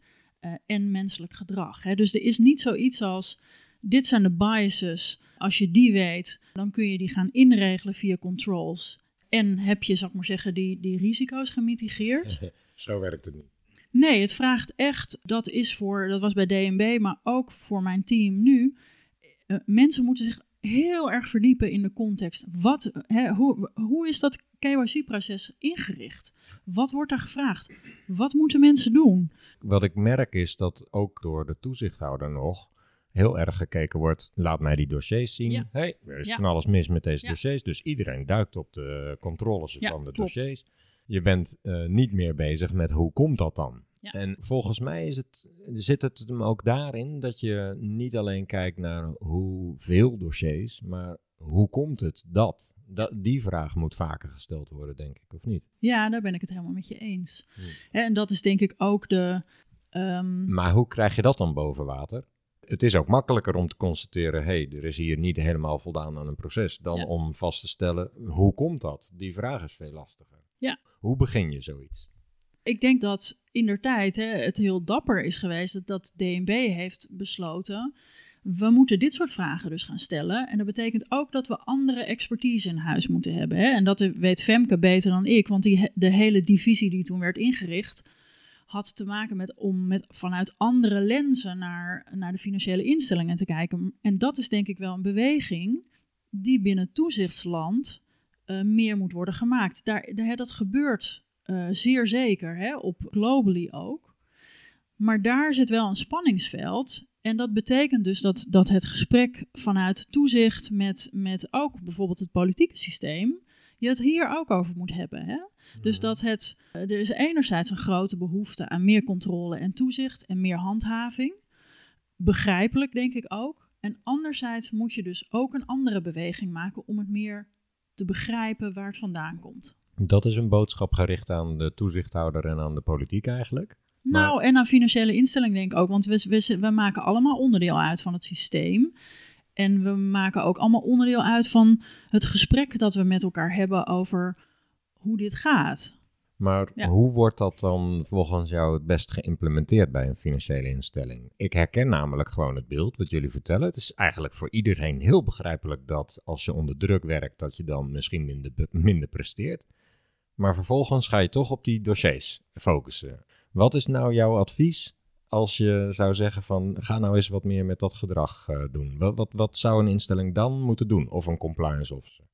uh, en menselijk gedrag. Hè. Dus er is niet zoiets als, dit zijn de biases. Als je die weet, dan kun je die gaan inregelen via controls. En heb je, zal ik maar zeggen, die, die risico's gemitigeerd. Zo werkt het niet. Nee, het vraagt echt, dat is voor, dat was bij D N B, maar ook voor mijn team nu. Uh, mensen moeten zich heel erg verdiepen in de context. Wat, hè, hoe, hoe is dat K Y C-proces ingericht? Wat wordt daar gevraagd? Wat moeten mensen doen? Wat ik merk is dat ook door de toezichthouder nog heel erg gekeken wordt, laat mij die dossiers zien. Ja. Hey, er is ja. van alles mis met deze ja. dossiers. Dus iedereen duikt op de controles ja, van de klopt. dossiers. Je bent uh, niet meer bezig met hoe komt dat dan? Ja. En volgens mij is het, zit het hem ook daarin dat je niet alleen kijkt naar hoeveel dossiers, maar hoe komt het dat? dat? Die vraag moet vaker gesteld worden, denk ik, of niet? Ja, daar ben ik het helemaal met je eens. Hmm. En dat is denk ik ook de... Um... Maar hoe krijg je dat dan boven water? Het is ook makkelijker om te constateren, hé, hey, er is hier niet helemaal voldaan aan een proces, dan ja. om vast te stellen, hoe komt dat? Die vraag is veel lastiger. Ja. Hoe begin je zoiets? Ik denk dat indertijd hè, het heel dapper is geweest dat, dat D N B heeft besloten, we moeten dit soort vragen dus gaan stellen. En dat betekent ook dat we andere expertise in huis moeten hebben. Hè? En dat weet Femke beter dan ik, want die, de hele divisie die toen werd ingericht had te maken met om met, vanuit andere lenzen naar, naar de financiële instellingen te kijken. En dat is denk ik wel een beweging die binnen toezichtsland uh, meer moet worden gemaakt. Daar, daar, dat gebeurt uh, zeer zeker, hè, op globally ook. Maar daar zit wel een spanningsveld. En dat betekent dus dat, dat het gesprek vanuit toezicht met, met ook bijvoorbeeld het politieke systeem, je het hier ook over moet hebben. Hè? Dus dat het, er is enerzijds een grote behoefte aan meer controle en toezicht en meer handhaving. Begrijpelijk, denk ik ook. En anderzijds moet je dus ook een andere beweging maken om het meer te begrijpen waar het vandaan komt. Dat is een boodschap gericht aan de toezichthouder en aan de politiek eigenlijk? Nou, maar... en aan financiële instellingen denk ik ook. Want we, we, we maken allemaal onderdeel uit van het systeem. En we maken ook allemaal onderdeel uit van het gesprek dat we met elkaar hebben over hoe dit gaat. Maar ja. hoe wordt dat dan volgens jou het best geïmplementeerd bij een financiële instelling? Ik herken namelijk gewoon het beeld wat jullie vertellen. Het is eigenlijk voor iedereen heel begrijpelijk dat als je onder druk werkt, dat je dan misschien minder, minder presteert. Maar vervolgens ga je toch op die dossiers focussen. Wat is nou jouw advies als je zou zeggen van ga nou eens wat meer met dat gedrag uh, doen? Wat, wat, wat zou een instelling dan moeten doen? Of een compliance officer?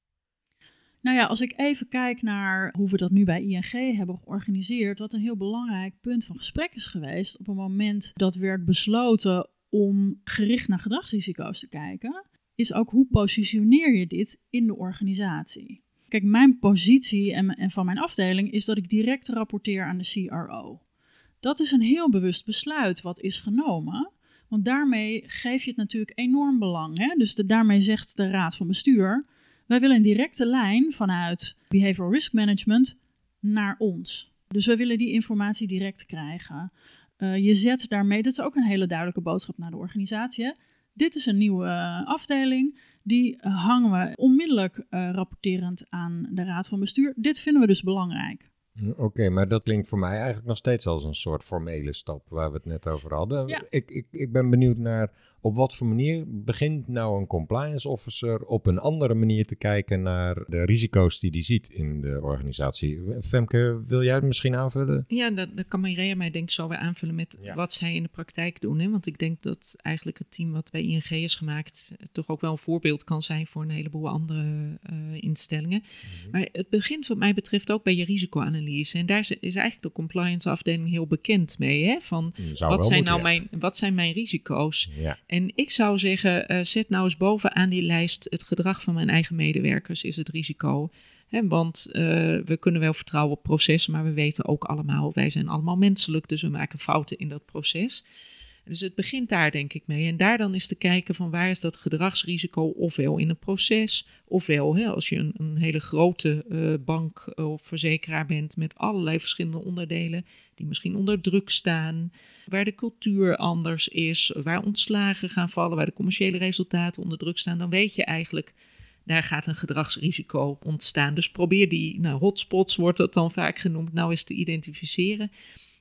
Nou ja, als ik even kijk naar hoe we dat nu bij I N G hebben georganiseerd, wat een heel belangrijk punt van gesprek is geweest op het moment dat werd besloten om gericht naar gedragsrisico's te kijken, is ook hoe positioneer je dit in de organisatie? Kijk, mijn positie en, en van mijn afdeling is dat ik direct rapporteer aan de C R O. Dat is een heel bewust besluit wat is genomen, want daarmee geef je het natuurlijk enorm belang. Hè? Dus de, daarmee zegt de raad van bestuur, wij willen een directe lijn vanuit behavioral risk management naar ons. Dus wij willen die informatie direct krijgen. Uh, je zet daarmee, dat is ook een hele duidelijke boodschap naar de organisatie. Hè? Dit is een nieuwe uh, afdeling, die uh, hangen we onmiddellijk uh, rapporterend aan de raad van bestuur. Dit vinden we dus belangrijk. Oké, okay, maar dat klinkt voor mij eigenlijk nog steeds als een soort formele stap waar we het net over hadden. Ja. Ik, ik, ik ben benieuwd naar op wat voor manier begint nou een compliance officer op een andere manier te kijken naar de risico's die hij ziet in de organisatie. Femke, wil jij het misschien aanvullen? Ja, dat, dat kan Mireia mij denk ik zo weer aanvullen met ja. wat zij in de praktijk doen. Hè? Want ik denk dat eigenlijk het team wat bij I N G is gemaakt toch ook wel een voorbeeld kan zijn voor een heleboel andere uh, instellingen. Mm-hmm. Maar het begint wat mij betreft ook bij je risicoanalyse. En daar is eigenlijk de compliance afdeling heel bekend mee. Hè? Van wat zijn, nou mijn, wat zijn mijn risico's? Ja. En ik zou zeggen, uh, zet nou eens bovenaan die lijst het gedrag van mijn eigen medewerkers is het risico. Hè? Want uh, we kunnen wel vertrouwen op processen, maar we weten ook allemaal, wij zijn allemaal menselijk, dus we maken fouten in dat proces. Dus het begint daar denk ik mee. En daar dan is te kijken van waar is dat gedragsrisico ofwel in een proces, ofwel hè, als je een, een hele grote uh, bank of verzekeraar bent met allerlei verschillende onderdelen die misschien onder druk staan, waar de cultuur anders is, waar ontslagen gaan vallen, waar de commerciële resultaten onder druk staan, dan weet je eigenlijk, daar gaat een gedragsrisico ontstaan. Dus probeer die, nou hotspots wordt dat dan vaak genoemd, nou eens te identificeren.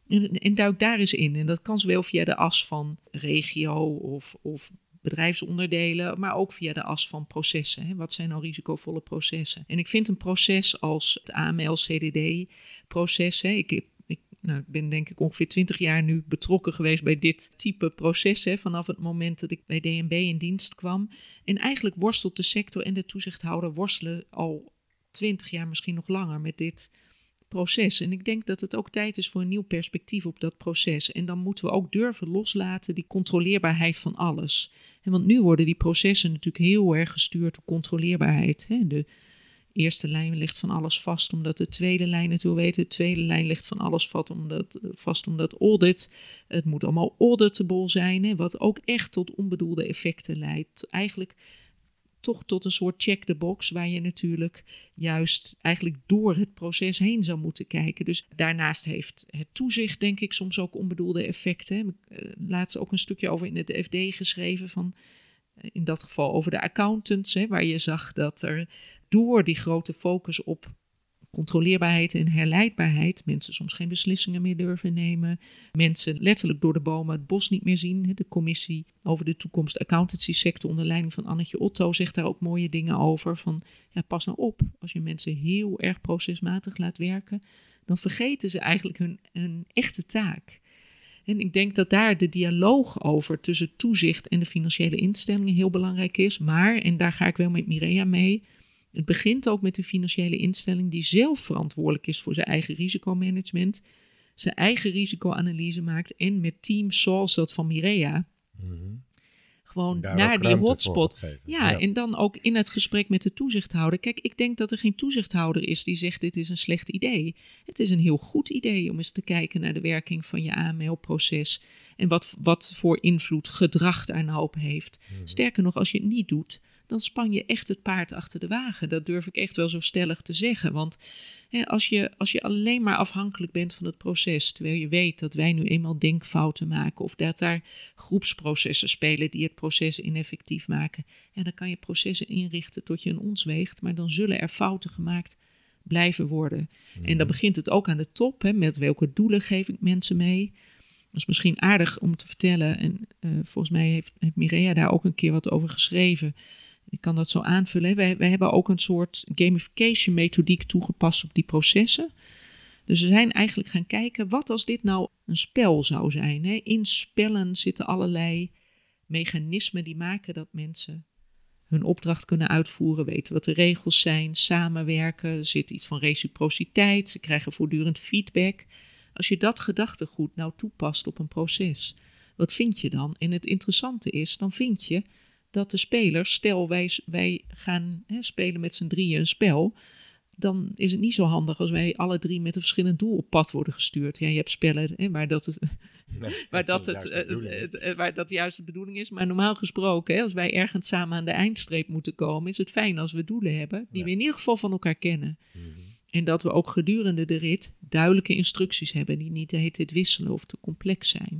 En, en duik daar eens in. En dat kan zowel via de as van regio of, of bedrijfsonderdelen, maar ook via de as van processen. Hè. Wat zijn nou risicovolle processen? En ik vind een proces als het A M L C D D-proces. Ik, ik, nou, ik ben denk ik ongeveer twintig jaar nu betrokken geweest bij dit type proces. Hè, vanaf het moment dat ik bij D N B in dienst kwam. En eigenlijk worstelt de sector en de toezichthouder worstelen al twintig jaar, misschien nog langer, met dit proces. En ik denk dat het ook tijd is voor een nieuw perspectief op dat proces. En dan moeten we ook durven loslaten die controleerbaarheid van alles. En want nu worden die processen natuurlijk heel erg gestuurd door controleerbaarheid. Hè. De eerste lijn ligt van alles vast omdat de tweede lijn het wil weten. De tweede lijn ligt van alles vast omdat, vast omdat audit. Het moet allemaal auditable zijn, hè, wat ook echt tot onbedoelde effecten leidt. Eigenlijk toch tot een soort check the box, waar je natuurlijk juist eigenlijk door het proces heen zou moeten kijken. Dus daarnaast heeft het toezicht, denk ik, soms ook onbedoelde effecten. Laatst ook een stukje over in het F D geschreven, van in dat geval over de accountants, hè, waar je zag dat er door die grote focus op controleerbaarheid en herleidbaarheid mensen soms geen beslissingen meer durven nemen. Mensen letterlijk door de bomen het bos niet meer zien. De commissie over de toekomst accountancy sector onder leiding van Annetje Otto zegt daar ook mooie dingen over. Van ja, pas nou op, als je mensen heel erg procesmatig laat werken, dan vergeten ze eigenlijk hun, hun echte taak. En ik denk dat daar de dialoog over tussen toezicht en de financiële instellingen heel belangrijk is. Maar, en daar ga ik wel met Mireia mee, het begint ook met de financiële instelling die zelf verantwoordelijk is voor zijn eigen risicomanagement, zijn eigen risicoanalyse maakt en met teams zoals dat van Mireia mm-hmm. gewoon daar naar die hotspot. Ja, ja, en dan ook in het gesprek met de toezichthouder. Kijk, ik denk dat er geen toezichthouder is die zegt dit is een slecht idee. Het is een heel goed idee om eens te kijken naar de werking van je A M L-proces en wat, wat voor invloed gedrag daar nou op heeft. Mm-hmm. Sterker nog, als je het niet doet, dan span je echt het paard achter de wagen. Dat durf ik echt wel zo stellig te zeggen. Want hè, als, je, als je alleen maar afhankelijk bent van het proces, terwijl je weet dat wij nu eenmaal denkfouten maken of dat daar groepsprocessen spelen die het proces ineffectief maken, ja, dan kan je processen inrichten tot je een ons weegt, maar dan zullen er fouten gemaakt blijven worden. Mm. En dan begint het ook aan de top, hè, met welke doelen geef ik mensen mee. Dat is misschien aardig om te vertellen. En uh, volgens mij heeft, heeft Mireia daar ook een keer wat over geschreven. Ik kan dat zo aanvullen. Wij, wij hebben ook een soort gamification methodiek toegepast op die processen. Dus we zijn eigenlijk gaan kijken, wat als dit nou een spel zou zijn? Hè? In spellen zitten allerlei mechanismen die maken dat mensen hun opdracht kunnen uitvoeren, weten wat de regels zijn, samenwerken. Er zit iets van reciprociteit, ze krijgen voortdurend feedback. Als je dat gedachtegoed nou toepast op een proces, wat vind je dan? En het interessante is, dan vind je dat de spelers, stel wij, wij gaan hè, spelen met z'n drieën een spel, dan is het niet zo handig als wij alle drie met een verschillend doel op pad worden gestuurd. Ja, je hebt spellen hè, waar dat het, nee, waar dat het, het, het, het, waar dat juist de bedoeling is. Maar normaal gesproken, hè, als wij ergens samen aan de eindstreep moeten komen, is het fijn als we doelen hebben die ja. we in ieder geval van elkaar kennen. Mm-hmm. En dat we ook gedurende de rit duidelijke instructies hebben die niet de hele tijd wisselen of te complex zijn.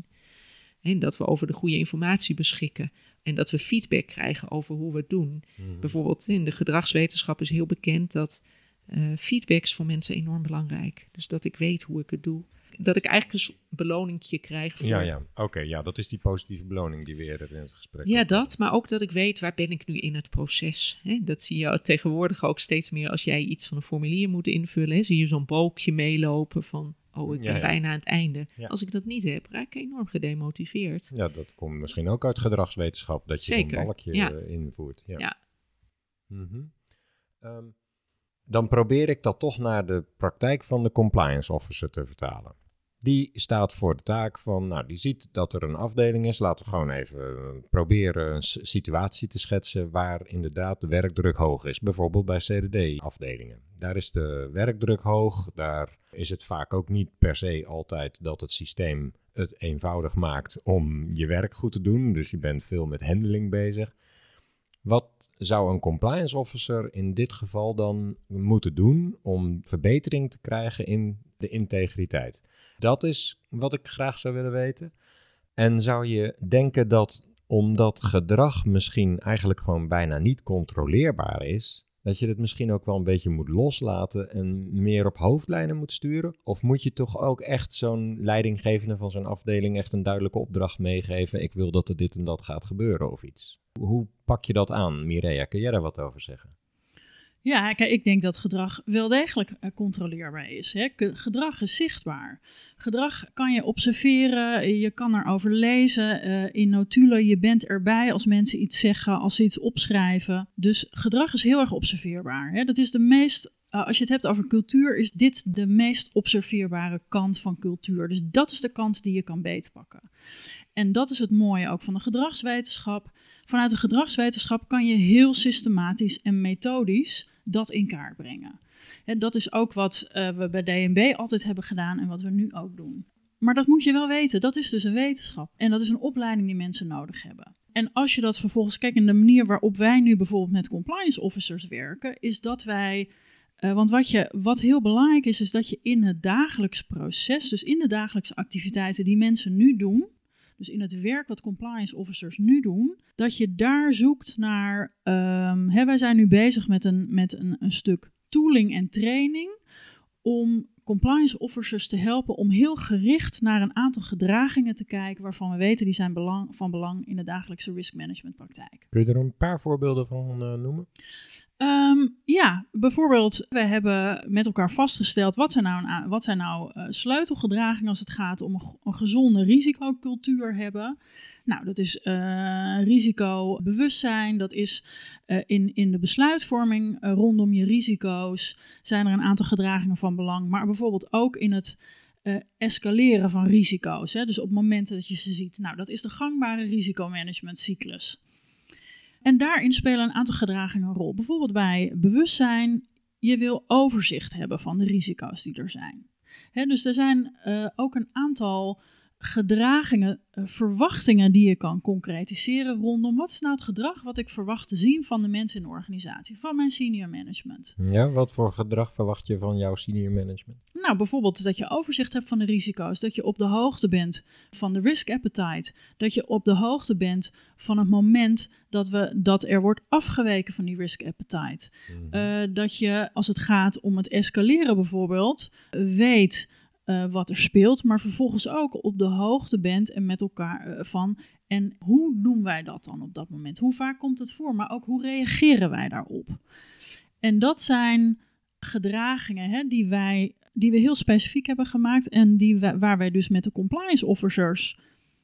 En dat we over de goede informatie beschikken. En dat we feedback krijgen over hoe we het doen. Mm-hmm. Bijvoorbeeld in de gedragswetenschap is heel bekend dat uh, feedback is voor mensen enorm belangrijk. Dus dat ik weet hoe ik het doe. Dat ik eigenlijk een beloningje krijg. Voor... Ja, ja. Oké. Okay, ja, dat is die positieve beloning die we eerder in het gesprek Ja, hebben. Dat. Maar ook dat ik weet, waar ben ik nu in het proces. Hè? Dat zie je tegenwoordig ook steeds meer als jij iets van een formulier moet invullen. Hè? Zie je zo'n balkje meelopen van, oh, ik ben ja, ja. bijna aan het einde. Ja. Als ik dat niet heb, raak ik enorm gedemotiveerd. Ja, dat komt misschien ook uit gedragswetenschap, dat je Zeker. zo'n balkje ja. uh, invoert. Ja. ja. Mm-hmm. Um, dan probeer ik dat toch naar de praktijk van de compliance officer te vertalen. Die staat voor de taak van, nou, die ziet dat er een afdeling is. Laten we gewoon even proberen een situatie te schetsen waar inderdaad de werkdruk hoog is. Bijvoorbeeld bij C D D-afdelingen. Daar is de werkdruk hoog. Daar is het vaak ook niet per se altijd dat het systeem het eenvoudig maakt om je werk goed te doen. Dus je bent veel met handling bezig. Wat zou een compliance officer in dit geval dan moeten doen om verbetering te krijgen in de integriteit? Dat is wat ik graag zou willen weten. En zou je denken dat omdat gedrag misschien eigenlijk gewoon bijna niet controleerbaar is, Dat je het misschien ook wel een beetje moet loslaten en meer op hoofdlijnen moet sturen? Of moet je toch ook echt zo'n leidinggevende van zo'n afdeling echt een duidelijke opdracht meegeven? Ik wil dat er dit en dat gaat gebeuren of iets. Hoe pak je dat aan, Mireia? Kun jij daar wat over zeggen? Ja, kijk, ik denk dat gedrag wel degelijk uh, controleerbaar is. Hè. Gedrag is zichtbaar. Gedrag kan je observeren, je kan erover lezen uh, in notulen. Je bent erbij als mensen iets zeggen, als ze iets opschrijven. Dus gedrag is heel erg observeerbaar. Hè. Dat is de meest, uh, als je het hebt over cultuur, is dit de meest observeerbare kant van cultuur. Dus dat is de kant die je kan beetpakken. En dat is het mooie ook van de gedragswetenschap. Vanuit de gedragswetenschap kan je heel systematisch en methodisch dat in kaart brengen. En dat is ook wat uh, we bij D N B altijd hebben gedaan en wat we nu ook doen. Maar dat moet je wel weten, dat is dus een wetenschap. En dat is een opleiding die mensen nodig hebben. En als je dat vervolgens kijkt in de manier waarop wij nu bijvoorbeeld met compliance officers werken, is dat wij... Uh, want wat, je, wat heel belangrijk is, is dat je in het dagelijks proces, dus in de dagelijkse activiteiten die mensen nu doen, dus in het werk wat compliance officers nu doen, dat je daar zoekt naar... Um, hè, wij zijn nu bezig met, een, met een, een stuk tooling en training om compliance officers te helpen om heel gericht naar een aantal gedragingen te kijken waarvan we weten die zijn belang, van belang in de dagelijkse risk management praktijk. Kun je er een paar voorbeelden van uh, noemen? Um, ja, bijvoorbeeld, we hebben met elkaar vastgesteld wat zijn nou, een, wat zijn nou uh, sleutelgedragingen als het gaat om een, een gezonde risicocultuur hebben. Nou, dat is uh, risicobewustzijn, dat is uh, in, in de besluitvorming uh, rondom je risico's zijn er een aantal gedragingen van belang, maar bijvoorbeeld ook in het uh, escaleren van risico's. Hè? Dus op momenten dat je ze ziet. Nou, dat is de gangbare risicomanagementcyclus. En daarin spelen een aantal gedragingen een rol. Bijvoorbeeld bij bewustzijn, je wil overzicht hebben van de risico's die er zijn. He, dus er zijn uh, ook een aantal gedragingen, uh, verwachtingen die je kan concretiseren rondom wat is nou het gedrag wat ik verwacht te zien van de mensen in de organisatie, van mijn senior management. Ja, wat voor gedrag verwacht je van jouw senior management? Nou, bijvoorbeeld dat je overzicht hebt van de risico's, dat je op de hoogte bent van de risk appetite, dat je op de hoogte bent van het moment dat, we, dat er wordt afgeweken van die risk appetite. Mm-hmm. Uh, dat je, als het gaat om het escaleren bijvoorbeeld, weet uh, wat er speelt, maar vervolgens ook op de hoogte bent en met elkaar uh, van, en hoe doen wij dat dan op dat moment? Hoe vaak komt het voor, maar ook hoe reageren wij daarop? En dat zijn gedragingen hè, die, wij, die we heel specifiek hebben gemaakt en die wij, waar wij dus met de compliance officers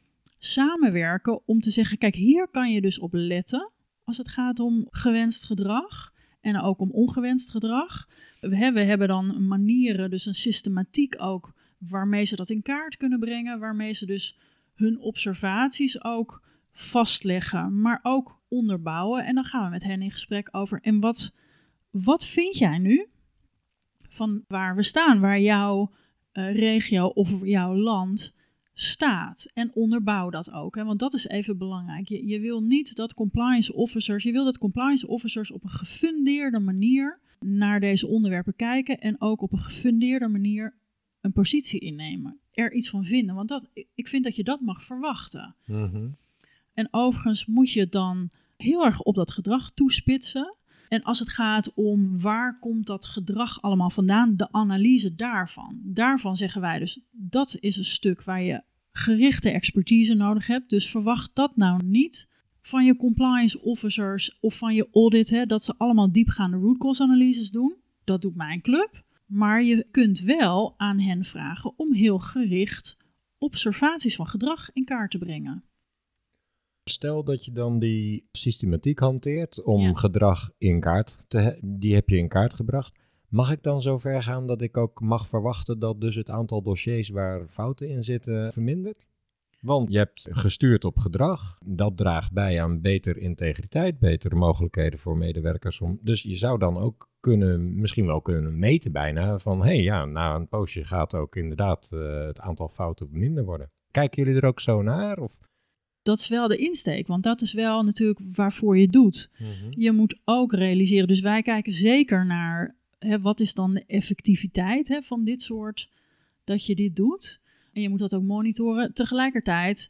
samenwerken om te zeggen, kijk, hier kan je dus op letten als het gaat om gewenst gedrag en ook om ongewenst gedrag. We hebben, we hebben dan manieren, dus een systematiek ook, waarmee ze dat in kaart kunnen brengen, waarmee ze dus hun observaties ook vastleggen, maar ook onderbouwen. En dan gaan we met hen in gesprek over, en wat, wat vind jij nu van waar we staan, waar jouw uh, regio of jouw land staat, en onderbouw dat ook, hè? Want dat is even belangrijk. Je, je wil niet dat compliance officers, je wil dat compliance officers op een gefundeerde manier naar deze onderwerpen kijken en ook op een gefundeerde manier een positie innemen, er iets van vinden, want dat, ik vind dat je dat mag verwachten. Mm-hmm. En overigens moet je het dan heel erg op dat gedrag toespitsen. En als het gaat om waar komt dat gedrag allemaal vandaan, de analyse daarvan. Daarvan zeggen wij dus, dat is een stuk waar je gerichte expertise nodig hebt. Dus verwacht dat nou niet van je compliance officers of van je audit, hè, dat ze allemaal diepgaande root cause analyses doen. Dat doet mijn club. Maar je kunt wel aan hen vragen om heel gericht observaties van gedrag in kaart te brengen. Stel dat je dan die systematiek hanteert om ja. gedrag in kaart te he- die heb je in kaart gebracht. Mag ik dan zo ver gaan dat ik ook mag verwachten dat dus het aantal dossiers waar fouten in zitten vermindert? Want je hebt gestuurd op gedrag. Dat draagt bij aan betere integriteit, betere mogelijkheden voor medewerkers. Om, dus je zou dan ook kunnen, misschien wel kunnen meten bijna van, hé hey, ja, na een poosje gaat ook inderdaad uh, het aantal fouten minder worden. Kijken jullie er ook zo naar? Of? Dat is wel de insteek, want dat is wel natuurlijk waarvoor je het doet. Mm-hmm. Je moet ook realiseren, dus wij kijken zeker naar, hè, wat is dan de effectiviteit hè, van dit soort, dat je dit doet. En je moet dat ook monitoren. Tegelijkertijd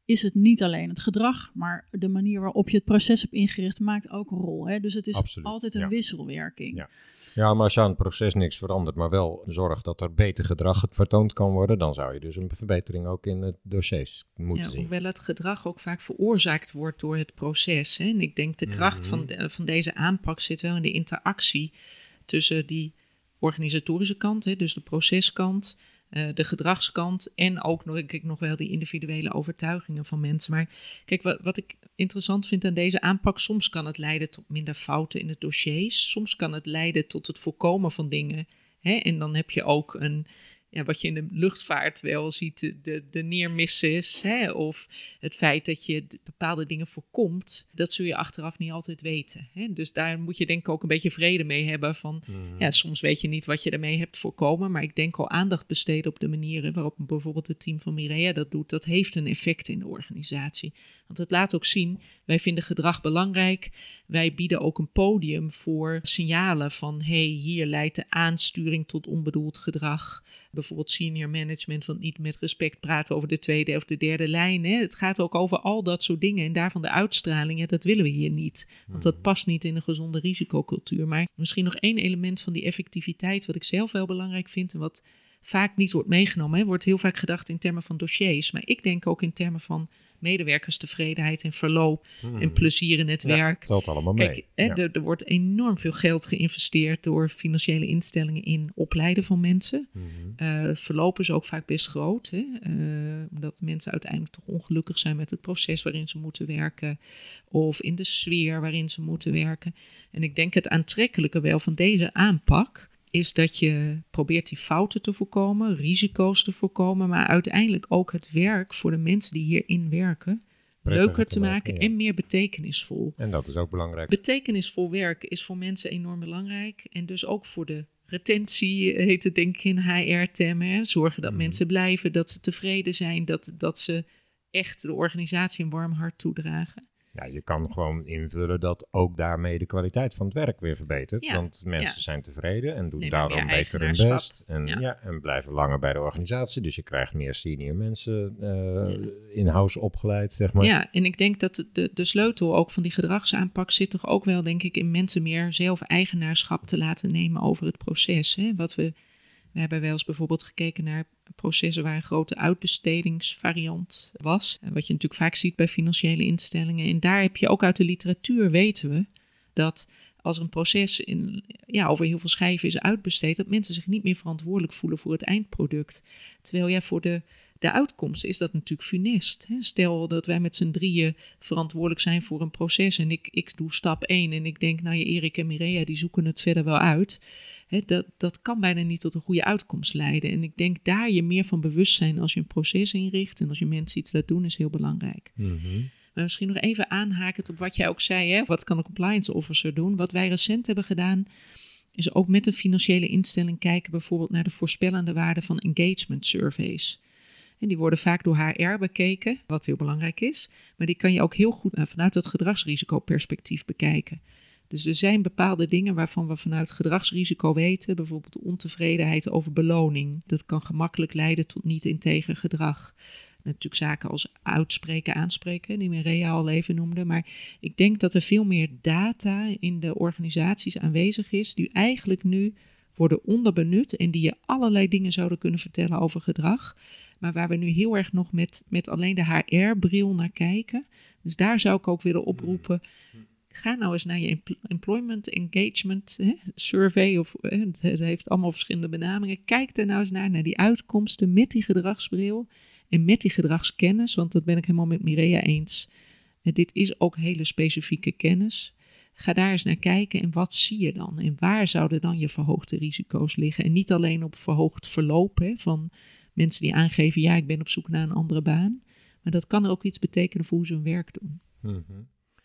is het niet alleen het gedrag, maar de manier waarop je het proces hebt ingericht maakt ook een rol. Hè? Dus het is Absoluut, altijd een ja. wisselwerking. Ja. Ja, maar als je aan het proces niks verandert, maar wel zorgt dat er beter gedrag vertoond kan worden, dan zou je dus een verbetering ook in het dossiers moeten Ja, zien. hoewel het gedrag ook vaak veroorzaakt wordt door het proces. Hè? En ik denk de kracht Mhm. van, de, van deze aanpak zit wel in de interactie tussen die organisatorische kant, hè, dus de proceskant, uh, de gedragskant en ook nog, denk ik, nog wel die individuele overtuigingen van mensen. Maar kijk, wat, wat ik interessant vind aan deze aanpak, soms kan het leiden tot minder fouten in het dossiers, soms kan het leiden tot het voorkomen van dingen. Hè? En dan heb je ook een, ja, wat je in de luchtvaart wel ziet, de, de, de near misses, hè? Of het feit dat je bepaalde dingen voorkomt, dat zul je achteraf niet altijd weten. Hè? Dus daar moet je denk ik ook een beetje vrede mee hebben van, Mhm. ja, soms weet je niet wat je ermee hebt voorkomen, maar ik denk al aandacht besteden op de manieren waarop bijvoorbeeld het team van Mireia dat doet, dat heeft een effect in de organisatie. Want het laat ook zien, wij vinden gedrag belangrijk, wij bieden ook een podium voor signalen van, hey, hier leidt de aansturing tot onbedoeld gedrag. Bijvoorbeeld senior management, van niet met respect praten over de tweede of de derde lijn. Hè. Het gaat ook over al dat soort dingen en daarvan de uitstraling, ja, dat willen we hier niet. Want dat past niet in een gezonde risicocultuur. Maar misschien nog één element van die effectiviteit, wat ik zelf wel belangrijk vind en wat vaak niet wordt meegenomen. Hè. Wordt heel vaak gedacht in termen van dossiers, maar ik denk ook in termen van medewerkerstevredenheid en verloop Mhm. en plezier in het Ja, werk. het telt allemaal mee. Kijk, hè, Ja. er, er wordt enorm veel geld geïnvesteerd door financiële instellingen in opleiden van mensen. Mhm. Uh, het verloop is ook vaak best groot, hè? Uh, omdat mensen uiteindelijk toch ongelukkig zijn met het proces waarin ze moeten werken of in de sfeer waarin ze moeten werken. En ik denk het aantrekkelijke wel van deze aanpak is dat je probeert die fouten te voorkomen, risico's te voorkomen, maar uiteindelijk ook het werk voor de mensen die hierin werken Prettiger leuker te te maken, maken ja. en meer betekenisvol. En dat is ook belangrijk. Betekenisvol werk is voor mensen enorm belangrijk en dus ook voor de retentie, heet het denk ik in H R-termen. Zorgen dat Mhm. mensen blijven, dat ze tevreden zijn, dat, dat ze echt de organisatie een warm hart toedragen. Ja, je kan gewoon invullen dat ook daarmee de kwaliteit van het werk weer verbetert. Ja, Want mensen ja. zijn tevreden en doen Nemen daarom meer beter hun eigenaarschap. best. En, Ja. ja. en blijven langer bij de organisatie. Dus je krijgt meer senior mensen uh, in-house opgeleid, zeg maar. Ja, en ik denk dat de, de sleutel ook van die gedragsaanpak zit toch ook wel, denk ik, in mensen meer zelf eigenaarschap te laten nemen over het proces. Hè? Wat we, we hebben wel eens bijvoorbeeld gekeken naar processen waar een grote uitbestedingsvariant was. En wat je natuurlijk vaak ziet bij financiële instellingen. En daar heb je ook uit de literatuur, weten we, dat als een proces in, ja, over heel veel schijven is uitbesteed, dat mensen zich niet meer verantwoordelijk voelen voor het eindproduct. Terwijl ja, voor de, de uitkomst is dat natuurlijk funest. Hè? Stel dat wij met z'n drieën verantwoordelijk zijn voor een proces en ik, ik doe stap één en ik denk, nou ja, Erik en Mireia, die zoeken het verder wel uit. He, dat, dat kan bijna niet tot een goede uitkomst leiden. En ik denk daar je meer van bewust zijn als je een proces inricht en als je mensen iets laat doen, is heel belangrijk. Mm-hmm. Maar misschien nog even aanhakend op wat jij ook zei, hè? Wat kan een compliance officer doen? Wat wij recent hebben gedaan, is ook met een financiële instelling kijken bijvoorbeeld naar de voorspellende waarde van engagement surveys. En die worden vaak door H R bekeken, wat heel belangrijk is. Maar die kan je ook heel goed vanuit het gedragsrisicoperspectief bekijken. Dus er zijn bepaalde dingen waarvan we vanuit gedragsrisico weten, bijvoorbeeld ontevredenheid over beloning. Dat kan gemakkelijk leiden tot niet integer gedrag. Natuurlijk zaken als uitspreken, aanspreken, die Mireia al even noemde. Maar ik denk dat er veel meer data in de organisaties aanwezig is, die eigenlijk nu worden onderbenut en die je allerlei dingen zouden kunnen vertellen over gedrag. Maar waar we nu heel erg nog met, met alleen de H R-bril naar kijken. Dus daar zou ik ook willen oproepen. Ga nou eens naar je employment engagement hè, survey. Of, hè, het heeft allemaal verschillende benamingen. Kijk er nou eens naar, naar die uitkomsten met die gedragsbril. En met die gedragskennis, want dat ben ik helemaal met Mireia eens. En dit is ook hele specifieke kennis. Ga daar eens naar kijken en wat zie je dan? En waar zouden dan je verhoogde risico's liggen? En niet alleen op verhoogd verloop hè, van mensen die aangeven, ja, ik ben op zoek naar een andere baan. Maar dat kan ook iets betekenen voor hoe ze hun werk doen. Mm-hmm.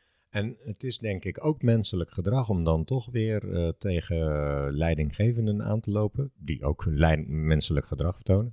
En het is denk ik ook menselijk gedrag om dan toch weer uh, tegen leidinggevenden aan te lopen, die ook leid- menselijk gedrag vertonen.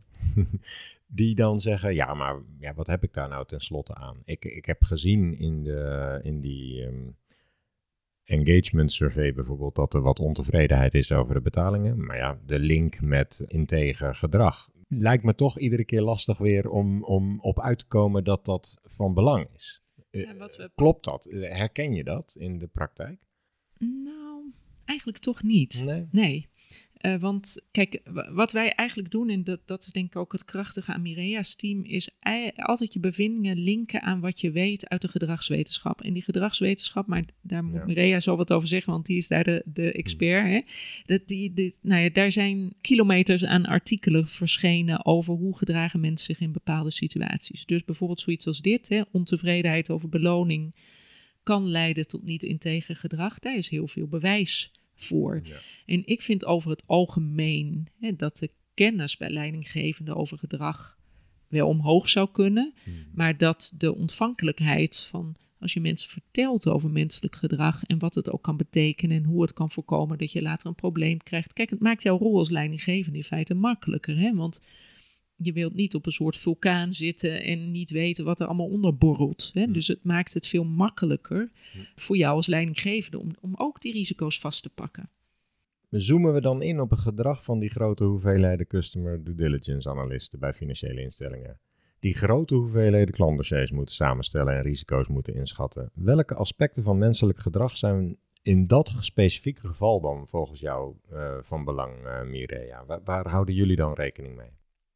Die dan zeggen, ja, maar ja, wat heb ik daar nou tenslotte aan? Ik, ik heb gezien in, de, in die um, engagement survey bijvoorbeeld dat er wat ontevredenheid is over de betalingen. Maar ja, de link met integer gedrag, lijkt me toch iedere keer lastig weer om, om op uit te komen dat dat van belang is. Uh, Ja, wat we... Klopt dat? Herken je dat in de praktijk? Nou, eigenlijk toch niet. Nee. Nee. Uh, want kijk, w- wat wij eigenlijk doen, en dat, dat is denk ik ook het krachtige aan Mirea's team, is ei- altijd je bevindingen linken aan wat je weet uit de gedragswetenschap. En die gedragswetenschap, maar daar moet Ja. Mirea zo wat over zeggen, want die is daar de, de expert. Hè? Dat die, die, nou ja, daar zijn kilometers aan artikelen verschenen over hoe gedragen mensen zich in bepaalde situaties. Dus bijvoorbeeld zoiets als dit, hè, ontevredenheid over beloning kan leiden tot niet integer gedrag. Daar is heel veel bewijs voor. Ja. En ik vind over het algemeen hè, dat de kennis bij leidinggevenden over gedrag wel omhoog zou kunnen, Hmm. maar dat de ontvankelijkheid van als je mensen vertelt over menselijk gedrag en wat het ook kan betekenen en hoe het kan voorkomen dat je later een probleem krijgt. Kijk, het maakt jouw rol als leidinggevende in feite makkelijker, hè? Want je wilt niet op een soort vulkaan zitten en niet weten wat er allemaal onder borrelt. Hè? Hmm. Dus het maakt het veel makkelijker Hmm. voor jou als leidinggevende om, om ook die risico's vast te pakken. Zoomen we dan in op het gedrag van die grote hoeveelheden customer due diligence analisten bij financiële instellingen? Die grote hoeveelheden klantdossiers moeten samenstellen en risico's moeten inschatten. Welke aspecten van menselijk gedrag zijn in dat specifieke geval dan volgens jou uh, van belang, uh, Mireia? Waar, waar houden jullie dan rekening mee?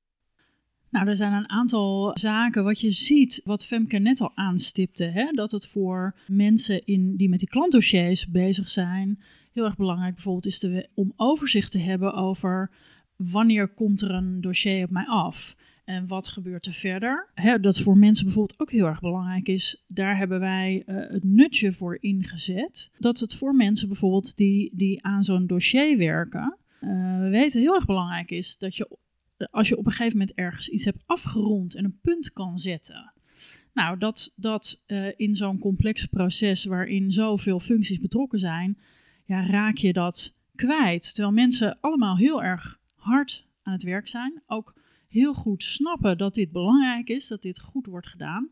Nou, er zijn een aantal zaken wat je ziet, wat Femke net al aanstipte, hè? Dat het voor mensen in, die met die klantdossiers bezig zijn, heel erg belangrijk bijvoorbeeld is de, om overzicht te hebben over wanneer komt er een dossier op mij af en wat gebeurt er verder. Hè, dat voor mensen bijvoorbeeld ook heel erg belangrijk is, daar hebben wij uh, het nutje voor ingezet. Dat het voor mensen bijvoorbeeld die, die aan zo'n dossier werken, uh, we weten heel erg belangrijk is dat je als je op een gegeven moment ergens iets hebt afgerond en een punt kan zetten. Nou, dat, dat uh, in zo'n complex proces waarin zoveel functies betrokken zijn, ja, raak je dat kwijt. Terwijl mensen allemaal heel erg hard aan het werk zijn. Ook heel goed snappen dat dit belangrijk is, dat dit goed wordt gedaan.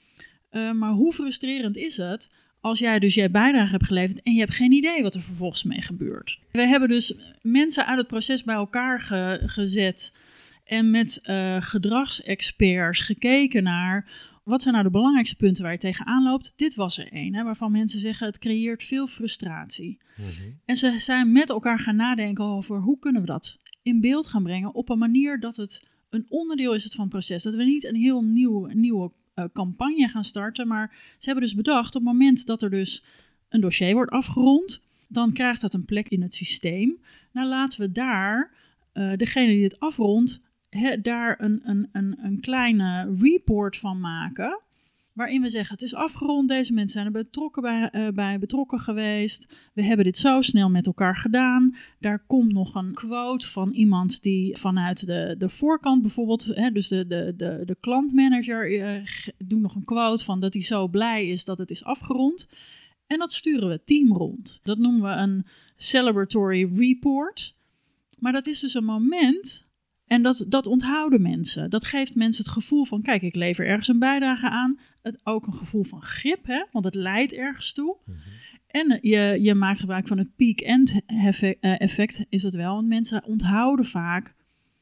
Uh, maar hoe frustrerend is het als jij dus je bijdrage hebt geleverd en je hebt geen idee wat er vervolgens mee gebeurt. We hebben dus mensen uit het proces bij elkaar ge- gezet en met uh, gedragsexperts gekeken naar wat zijn nou de belangrijkste punten waar je tegenaan loopt. Dit was er één, hè, waarvan mensen zeggen het creëert veel frustratie. Mm-hmm. En ze zijn met elkaar gaan nadenken over hoe kunnen we dat in beeld gaan brengen op een manier dat het een onderdeel is het van het proces. Dat we niet een heel nieuw, nieuwe uh, campagne gaan starten, maar ze hebben dus bedacht op het moment dat er dus een dossier wordt afgerond, dan krijgt dat een plek in het systeem. Nou, laten we daar uh, degene die het afrondt, He, daar een, een, een, een kleine report van maken, waarin we zeggen, het is afgerond, deze mensen zijn er betrokken bij, uh, bij betrokken geweest, we hebben dit zo snel met elkaar gedaan, daar komt nog een quote van iemand die vanuit de, de voorkant bijvoorbeeld, he, dus de, de, de, de klantmanager uh, doet nog een quote van dat hij zo blij is dat het is afgerond, en dat sturen we het team rond. Dat noemen we een celebratory report, maar dat is dus een moment. En dat, dat onthouden mensen. Dat geeft mensen het gevoel van, kijk, ik lever ergens een bijdrage aan. Het, ook een gevoel van grip, hè, want het leidt ergens toe. Mm-hmm. En je, je maakt gebruik van het peak-end effect, is het wel. Want mensen onthouden vaak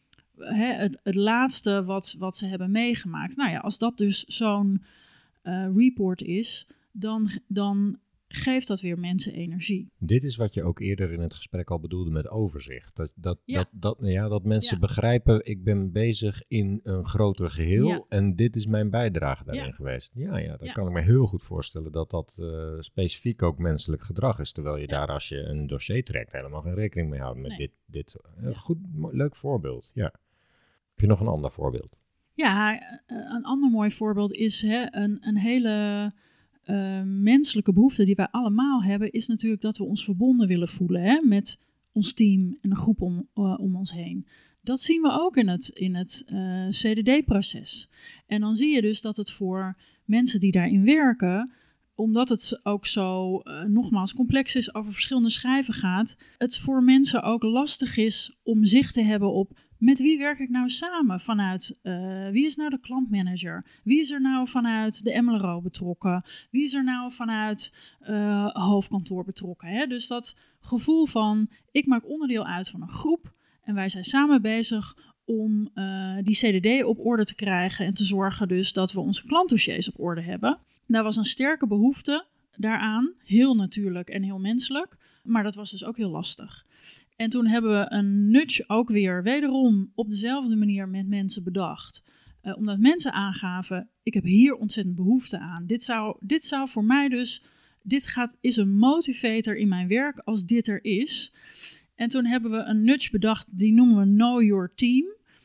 hè, het, het laatste wat, wat ze hebben meegemaakt. Nou ja, als dat dus zo'n uh, report is, dan... dan geeft dat weer mensen energie. Dit is wat je ook eerder in het gesprek al bedoelde met overzicht. Dat, dat, ja. dat, dat, ja, dat mensen ja. begrijpen, ik ben bezig in een groter geheel ja. en dit is mijn bijdrage daarin ja. geweest. Ja, ja, dan ja. kan ik me heel goed voorstellen dat dat uh, specifiek ook menselijk gedrag is. Terwijl je ja. daar als je een dossier trekt helemaal geen rekening mee houdt met nee. dit. dit uh, ja. Goed, leuk voorbeeld. Ja. Heb je nog een ander voorbeeld? Ja, een ander mooi voorbeeld is hè, een, een hele... Uh, menselijke behoefte die wij allemaal hebben, is natuurlijk dat we ons verbonden willen voelen hè, met ons team en de groep om, uh, om ons heen. Dat zien we ook in het, in het uh, C D D-proces. En dan zie je dus dat het voor mensen die daarin werken, omdat het ook zo uh, nogmaals complex is, over verschillende schijven gaat, het voor mensen ook lastig is om zicht te hebben op met wie werk ik nou samen vanuit, uh, wie is nou de klantmanager? Wie is er nou vanuit de M L R O betrokken? Wie is er nou vanuit uh, hoofdkantoor betrokken? Hè? Dus dat gevoel van, ik maak onderdeel uit van een groep en wij zijn samen bezig om uh, die C D D op orde te krijgen en te zorgen dus dat we onze klantdossiers op orde hebben. Daar was een sterke behoefte daaraan, heel natuurlijk en heel menselijk, maar dat was dus ook heel lastig. En toen hebben we een nudge ook weer wederom op dezelfde manier met mensen bedacht. Uh, omdat mensen aangaven, ik heb hier ontzettend behoefte aan. Dit zou, dit zou voor mij dus, dit gaat, is een motivator in mijn werk als dit er is. En toen hebben we een nudge bedacht, die noemen we Know Your Team.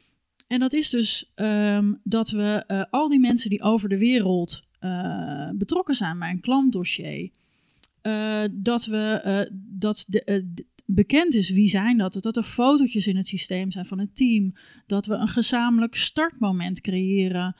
En dat is dus um, dat we uh, al die mensen die over de wereld uh, betrokken zijn bij een klantdossier, uh, dat we uh, dat de, uh, de, bekend is wie zijn dat, dat er fotootjes in het systeem zijn van het team, dat we een gezamenlijk startmoment creëren.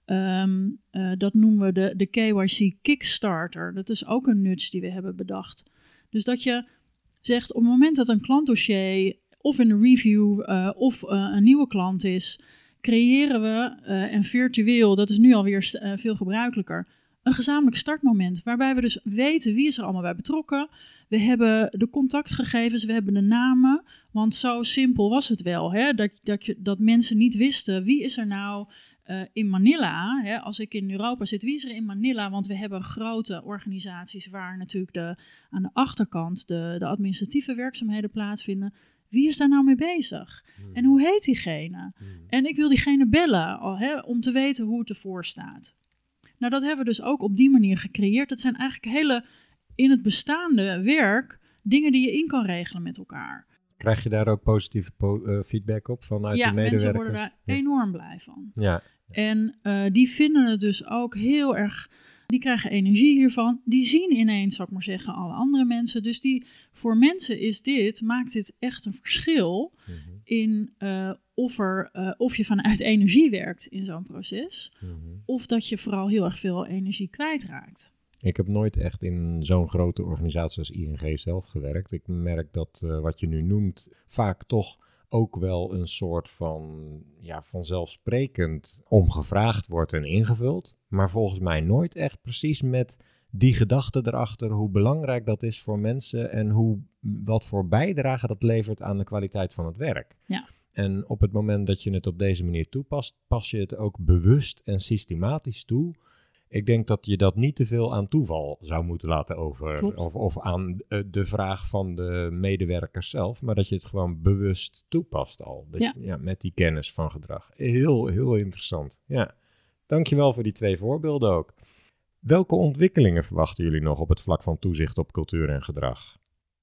Um, uh, dat noemen we de, de K Y C Kickstarter. Dat is ook een nudge die we hebben bedacht. Dus dat je zegt, op het moment dat een klantdossier of in een review uh, of uh, een nieuwe klant is, creëren we, uh, en virtueel, dat is nu alweer uh, veel gebruikelijker, een gezamenlijk startmoment, waarbij we dus weten wie is er allemaal bij betrokken. We hebben de contactgegevens, we hebben de namen, want zo simpel was het wel, hè? Dat, dat, je, dat mensen niet wisten wie is er nou uh, in Manila. Hè? Als ik in Europa zit, wie is er in Manila? Want we hebben grote organisaties waar natuurlijk de, aan de achterkant de, de administratieve werkzaamheden plaatsvinden. Wie is daar nou mee bezig? Hmm. En hoe heet diegene? Hmm. En ik wil diegene bellen al, hè, om te weten hoe het ervoor staat. Nou, dat hebben we dus ook op die manier gecreëerd. Dat zijn eigenlijk hele in het bestaande werk dingen die je in kan regelen met elkaar. Krijg je daar ook positieve po- uh, feedback op vanuit ja, de medewerkers? Ja, mensen worden daar ja. enorm blij van. Ja. En uh, die vinden het dus ook heel erg, die krijgen energie hiervan. Die zien ineens, zal ik maar zeggen, alle andere mensen. Dus die, voor mensen is dit, maakt dit echt een verschil mm-hmm. in uh, of, er, uh, of je vanuit energie werkt in zo'n proces. Mm-hmm. Of dat je vooral heel erg veel energie kwijtraakt. Ik heb nooit echt in zo'n grote organisatie als I N G zelf gewerkt. Ik merk dat uh, wat je nu noemt vaak toch ook wel een soort van ja, vanzelfsprekend omgevraagd wordt en ingevuld. Maar volgens mij nooit echt precies met die gedachte erachter hoe belangrijk dat is voor mensen en hoe, wat voor bijdrage dat levert aan de kwaliteit van het werk. Ja. En op het moment dat je het op deze manier toepast, pas je het ook bewust en systematisch toe. Ik denk dat je dat niet te veel aan toeval zou moeten laten over, of, of aan uh, de vraag van de medewerkers zelf, maar dat je het gewoon bewust toepast al, dat, ja. Ja, met die kennis van gedrag. Heel, heel interessant. Ja. Dankjewel voor die twee voorbeelden ook. Welke ontwikkelingen verwachten jullie nog op het vlak van toezicht op cultuur en gedrag?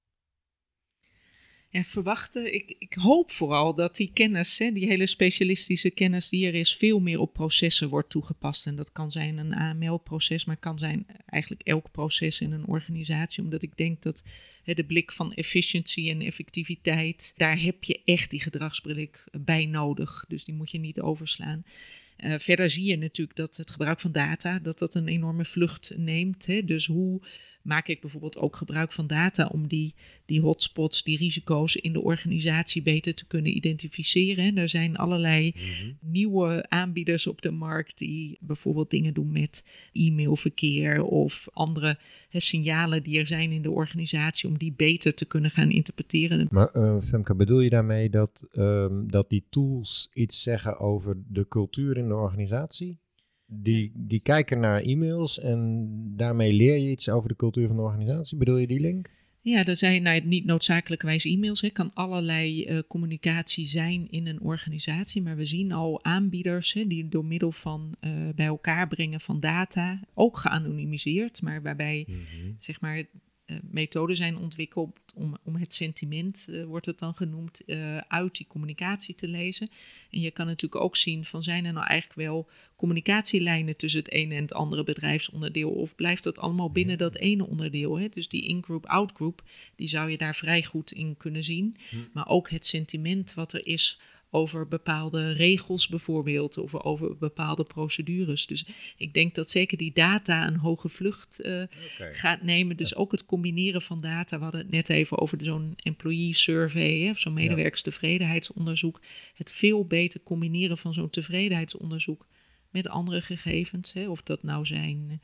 Ja, verwachten. Ik, ik hoop vooral dat die kennis, hè, die hele specialistische kennis die er is, veel meer op processen wordt toegepast. En dat kan zijn een A M L-proces, maar het kan zijn eigenlijk elk proces in een organisatie. Omdat ik denk dat hè, de blik van efficiëntie en effectiviteit, daar heb je echt die gedragsblik bij nodig. Dus die moet je niet overslaan. Uh, verder zie je natuurlijk dat het gebruik van data, dat dat een enorme vlucht neemt. Hè? Dus hoe maak ik bijvoorbeeld ook gebruik van data om die, die hotspots, die risico's in de organisatie beter te kunnen identificeren. Hè? Er zijn allerlei mm-hmm. nieuwe aanbieders op de markt die bijvoorbeeld dingen doen met e-mailverkeer of andere hè, signalen die er zijn in de organisatie om die beter te kunnen gaan interpreteren. Maar uh, Femke, bedoel je daarmee dat, um, dat die tools iets zeggen over de cultuur in de organisatie? Die, die kijken naar e-mails en daarmee leer je iets over de cultuur van de organisatie. Bedoel je die link? Ja, er zijn nou, niet noodzakelijkerwijs e-mails. Het kan allerlei uh, communicatie zijn in een organisatie. Maar we zien al aanbieders hè, die door middel van uh, bij elkaar brengen van data, ook geanonimiseerd, maar waarbij mm-hmm. zeg maar uh, methoden zijn ontwikkeld om, om het sentiment, uh, wordt het dan genoemd, uh, uit die communicatie te lezen. En je kan natuurlijk ook zien van zijn er nou eigenlijk wel communicatielijnen tussen het ene en het andere bedrijfsonderdeel of blijft dat allemaal binnen dat ene onderdeel. Hè? Dus die in-group, out-group, die zou je daar vrij goed in kunnen zien. Hm. Maar ook het sentiment wat er is over bepaalde regels bijvoorbeeld of over bepaalde procedures. Dus ik denk dat zeker die data een hoge vlucht uh, okay. gaat nemen. Dus ja. ook het combineren van data. We hadden het net even over zo'n employee survey hè, of zo'n medewerkerstevredenheidsonderzoek. Het veel beter combineren van zo'n tevredenheidsonderzoek met andere gegevens. Hè, of dat nou zijn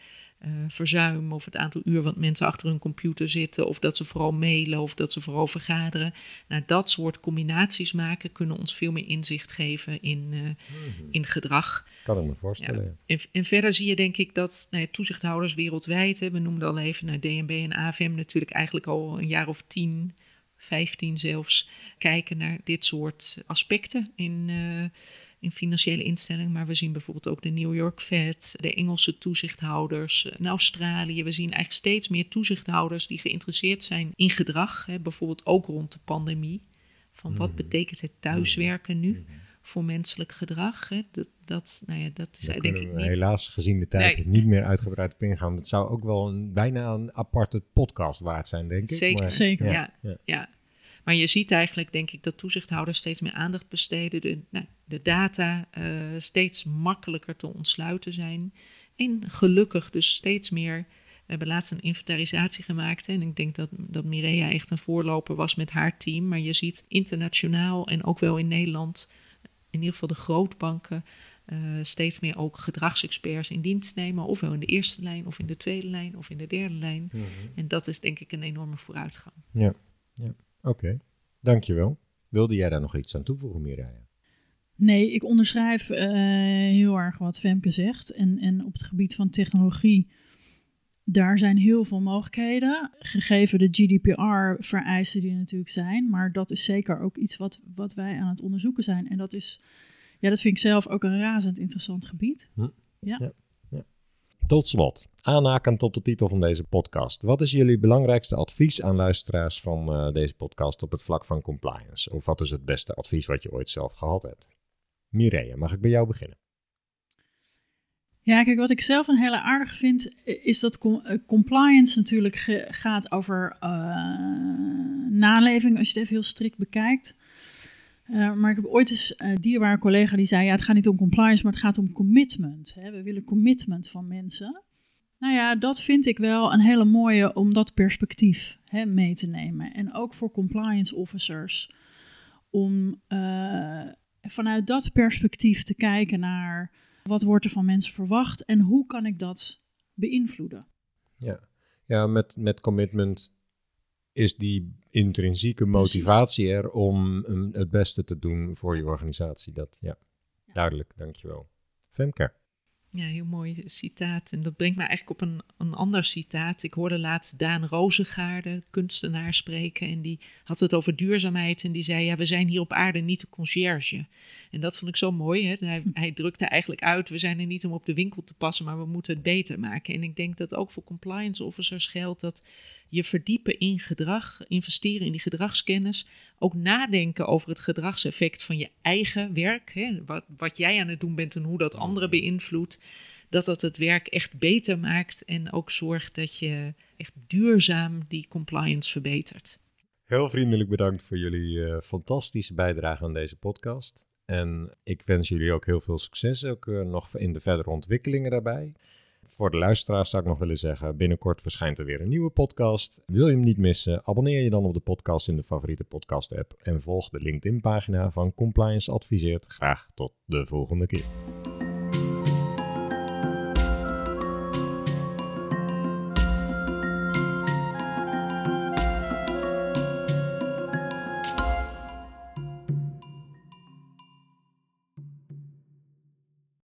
uh, verzuim of het aantal uur wat mensen achter hun computer zitten, of dat ze vooral mailen of dat ze vooral vergaderen. Nou, dat soort combinaties maken kunnen ons veel meer inzicht geven in, uh, mm-hmm. in gedrag. Kan ik me voorstellen. Ja. En, en verder zie je denk ik dat nou ja, toezichthouders wereldwijd, hè, we noemden al even nou, D N B en A F M natuurlijk eigenlijk al een jaar of tien, vijftien zelfs, kijken naar dit soort aspecten in, uh, in financiële instellingen. Maar we zien bijvoorbeeld ook de New York Fed, de Engelse toezichthouders in Australië. We zien eigenlijk steeds meer toezichthouders die geïnteresseerd zijn in gedrag. Hè, bijvoorbeeld ook rond de pandemie. Van mm. wat betekent het thuiswerken nu mm. voor menselijk gedrag? Hè? Dat, dat, nou ja, dat is Daar denk ik niet... helaas gezien de tijd nee. niet meer uitgebreid op ingaan. Dat zou ook wel een, bijna een aparte podcast waard zijn, denk ik. Zeker, maar, zeker. Ja, ja, ja. ja. Maar je ziet eigenlijk, denk ik, dat toezichthouders steeds meer aandacht besteden. De, nou, de data uh, steeds makkelijker te ontsluiten zijn. En gelukkig dus steeds meer. We hebben laatst een inventarisatie gemaakt. Hè, en ik denk dat, dat Mireia echt een voorloper was met haar team. Maar je ziet internationaal en ook wel in Nederland, in ieder geval de grootbanken, uh, steeds meer ook gedragsexperts in dienst nemen. Ofwel in de eerste lijn, of in de tweede lijn, of in de derde lijn. Mm-hmm. En dat is denk ik een enorme vooruitgang. Ja, ja. Oké, okay. Dankjewel. Wilde jij daar nog iets aan toevoegen, Mireia? Nee, ik onderschrijf uh, heel erg wat Femke zegt. En, en op het gebied van technologie, daar zijn heel veel mogelijkheden. Gegeven de G D P R-vereisten die er natuurlijk zijn. Maar dat is zeker ook iets wat, wat wij aan het onderzoeken zijn. En dat is, ja, dat vind ik zelf ook een razend interessant gebied. Hm. Ja. Ja, ja. Tot slot, aanhakend op de titel van deze podcast. Wat is jullie belangrijkste advies aan luisteraars van uh, deze podcast op het vlak van compliance? Of wat is het beste advies wat je ooit zelf gehad hebt? Mireia, mag ik bij jou beginnen? Ja, kijk, wat ik zelf een hele aardig vind, is dat com- compliance natuurlijk ge- gaat over uh, naleving, als je het even heel strikt bekijkt. Uh, maar ik heb ooit eens een uh, dierbare collega die zei, ja, het gaat niet om compliance, maar het gaat om commitment. Hè? We willen commitment van mensen. Nou ja, dat vind ik wel een hele mooie om dat perspectief hè, mee te nemen. En ook voor compliance officers, om uh, vanuit dat perspectief te kijken naar wat wordt er van mensen verwacht en hoe kan ik dat beïnvloeden. Ja, ja met, met commitment is die intrinsieke motivatie Precies. er om um, het beste te doen voor je organisatie. Dat, ja, ja. Duidelijk, dankjewel. Femke. Ja, heel mooi citaat. En dat brengt me eigenlijk op een, een ander citaat. Ik hoorde laatst Daan Rozengaarde, kunstenaar, spreken. En die had het over duurzaamheid. En die zei, ja, we zijn hier op aarde niet de conciërge. En dat vond ik zo mooi. Hè? Hij, hij drukte eigenlijk uit, we zijn er niet om op de winkel te passen, maar we moeten het beter maken. En ik denk dat ook voor compliance officers geldt dat je verdiepen in gedrag, investeren in die gedragskennis, ook nadenken over het gedragseffect van je eigen werk, hè, wat, wat jij aan het doen bent en hoe dat anderen beïnvloedt, dat dat het werk echt beter maakt en ook zorgt dat je echt duurzaam die compliance verbetert. Heel vriendelijk bedankt voor jullie uh, fantastische bijdrage aan deze podcast. En ik wens jullie ook heel veel succes, ook uh, nog in de verdere ontwikkelingen daarbij. Voor de luisteraars zou ik nog willen zeggen, binnenkort verschijnt er weer een nieuwe podcast. Wil je hem niet missen, abonneer je dan op de podcast in de favoriete podcast app en volg de LinkedIn pagina van Compliance Adviseert. Graag tot de volgende keer.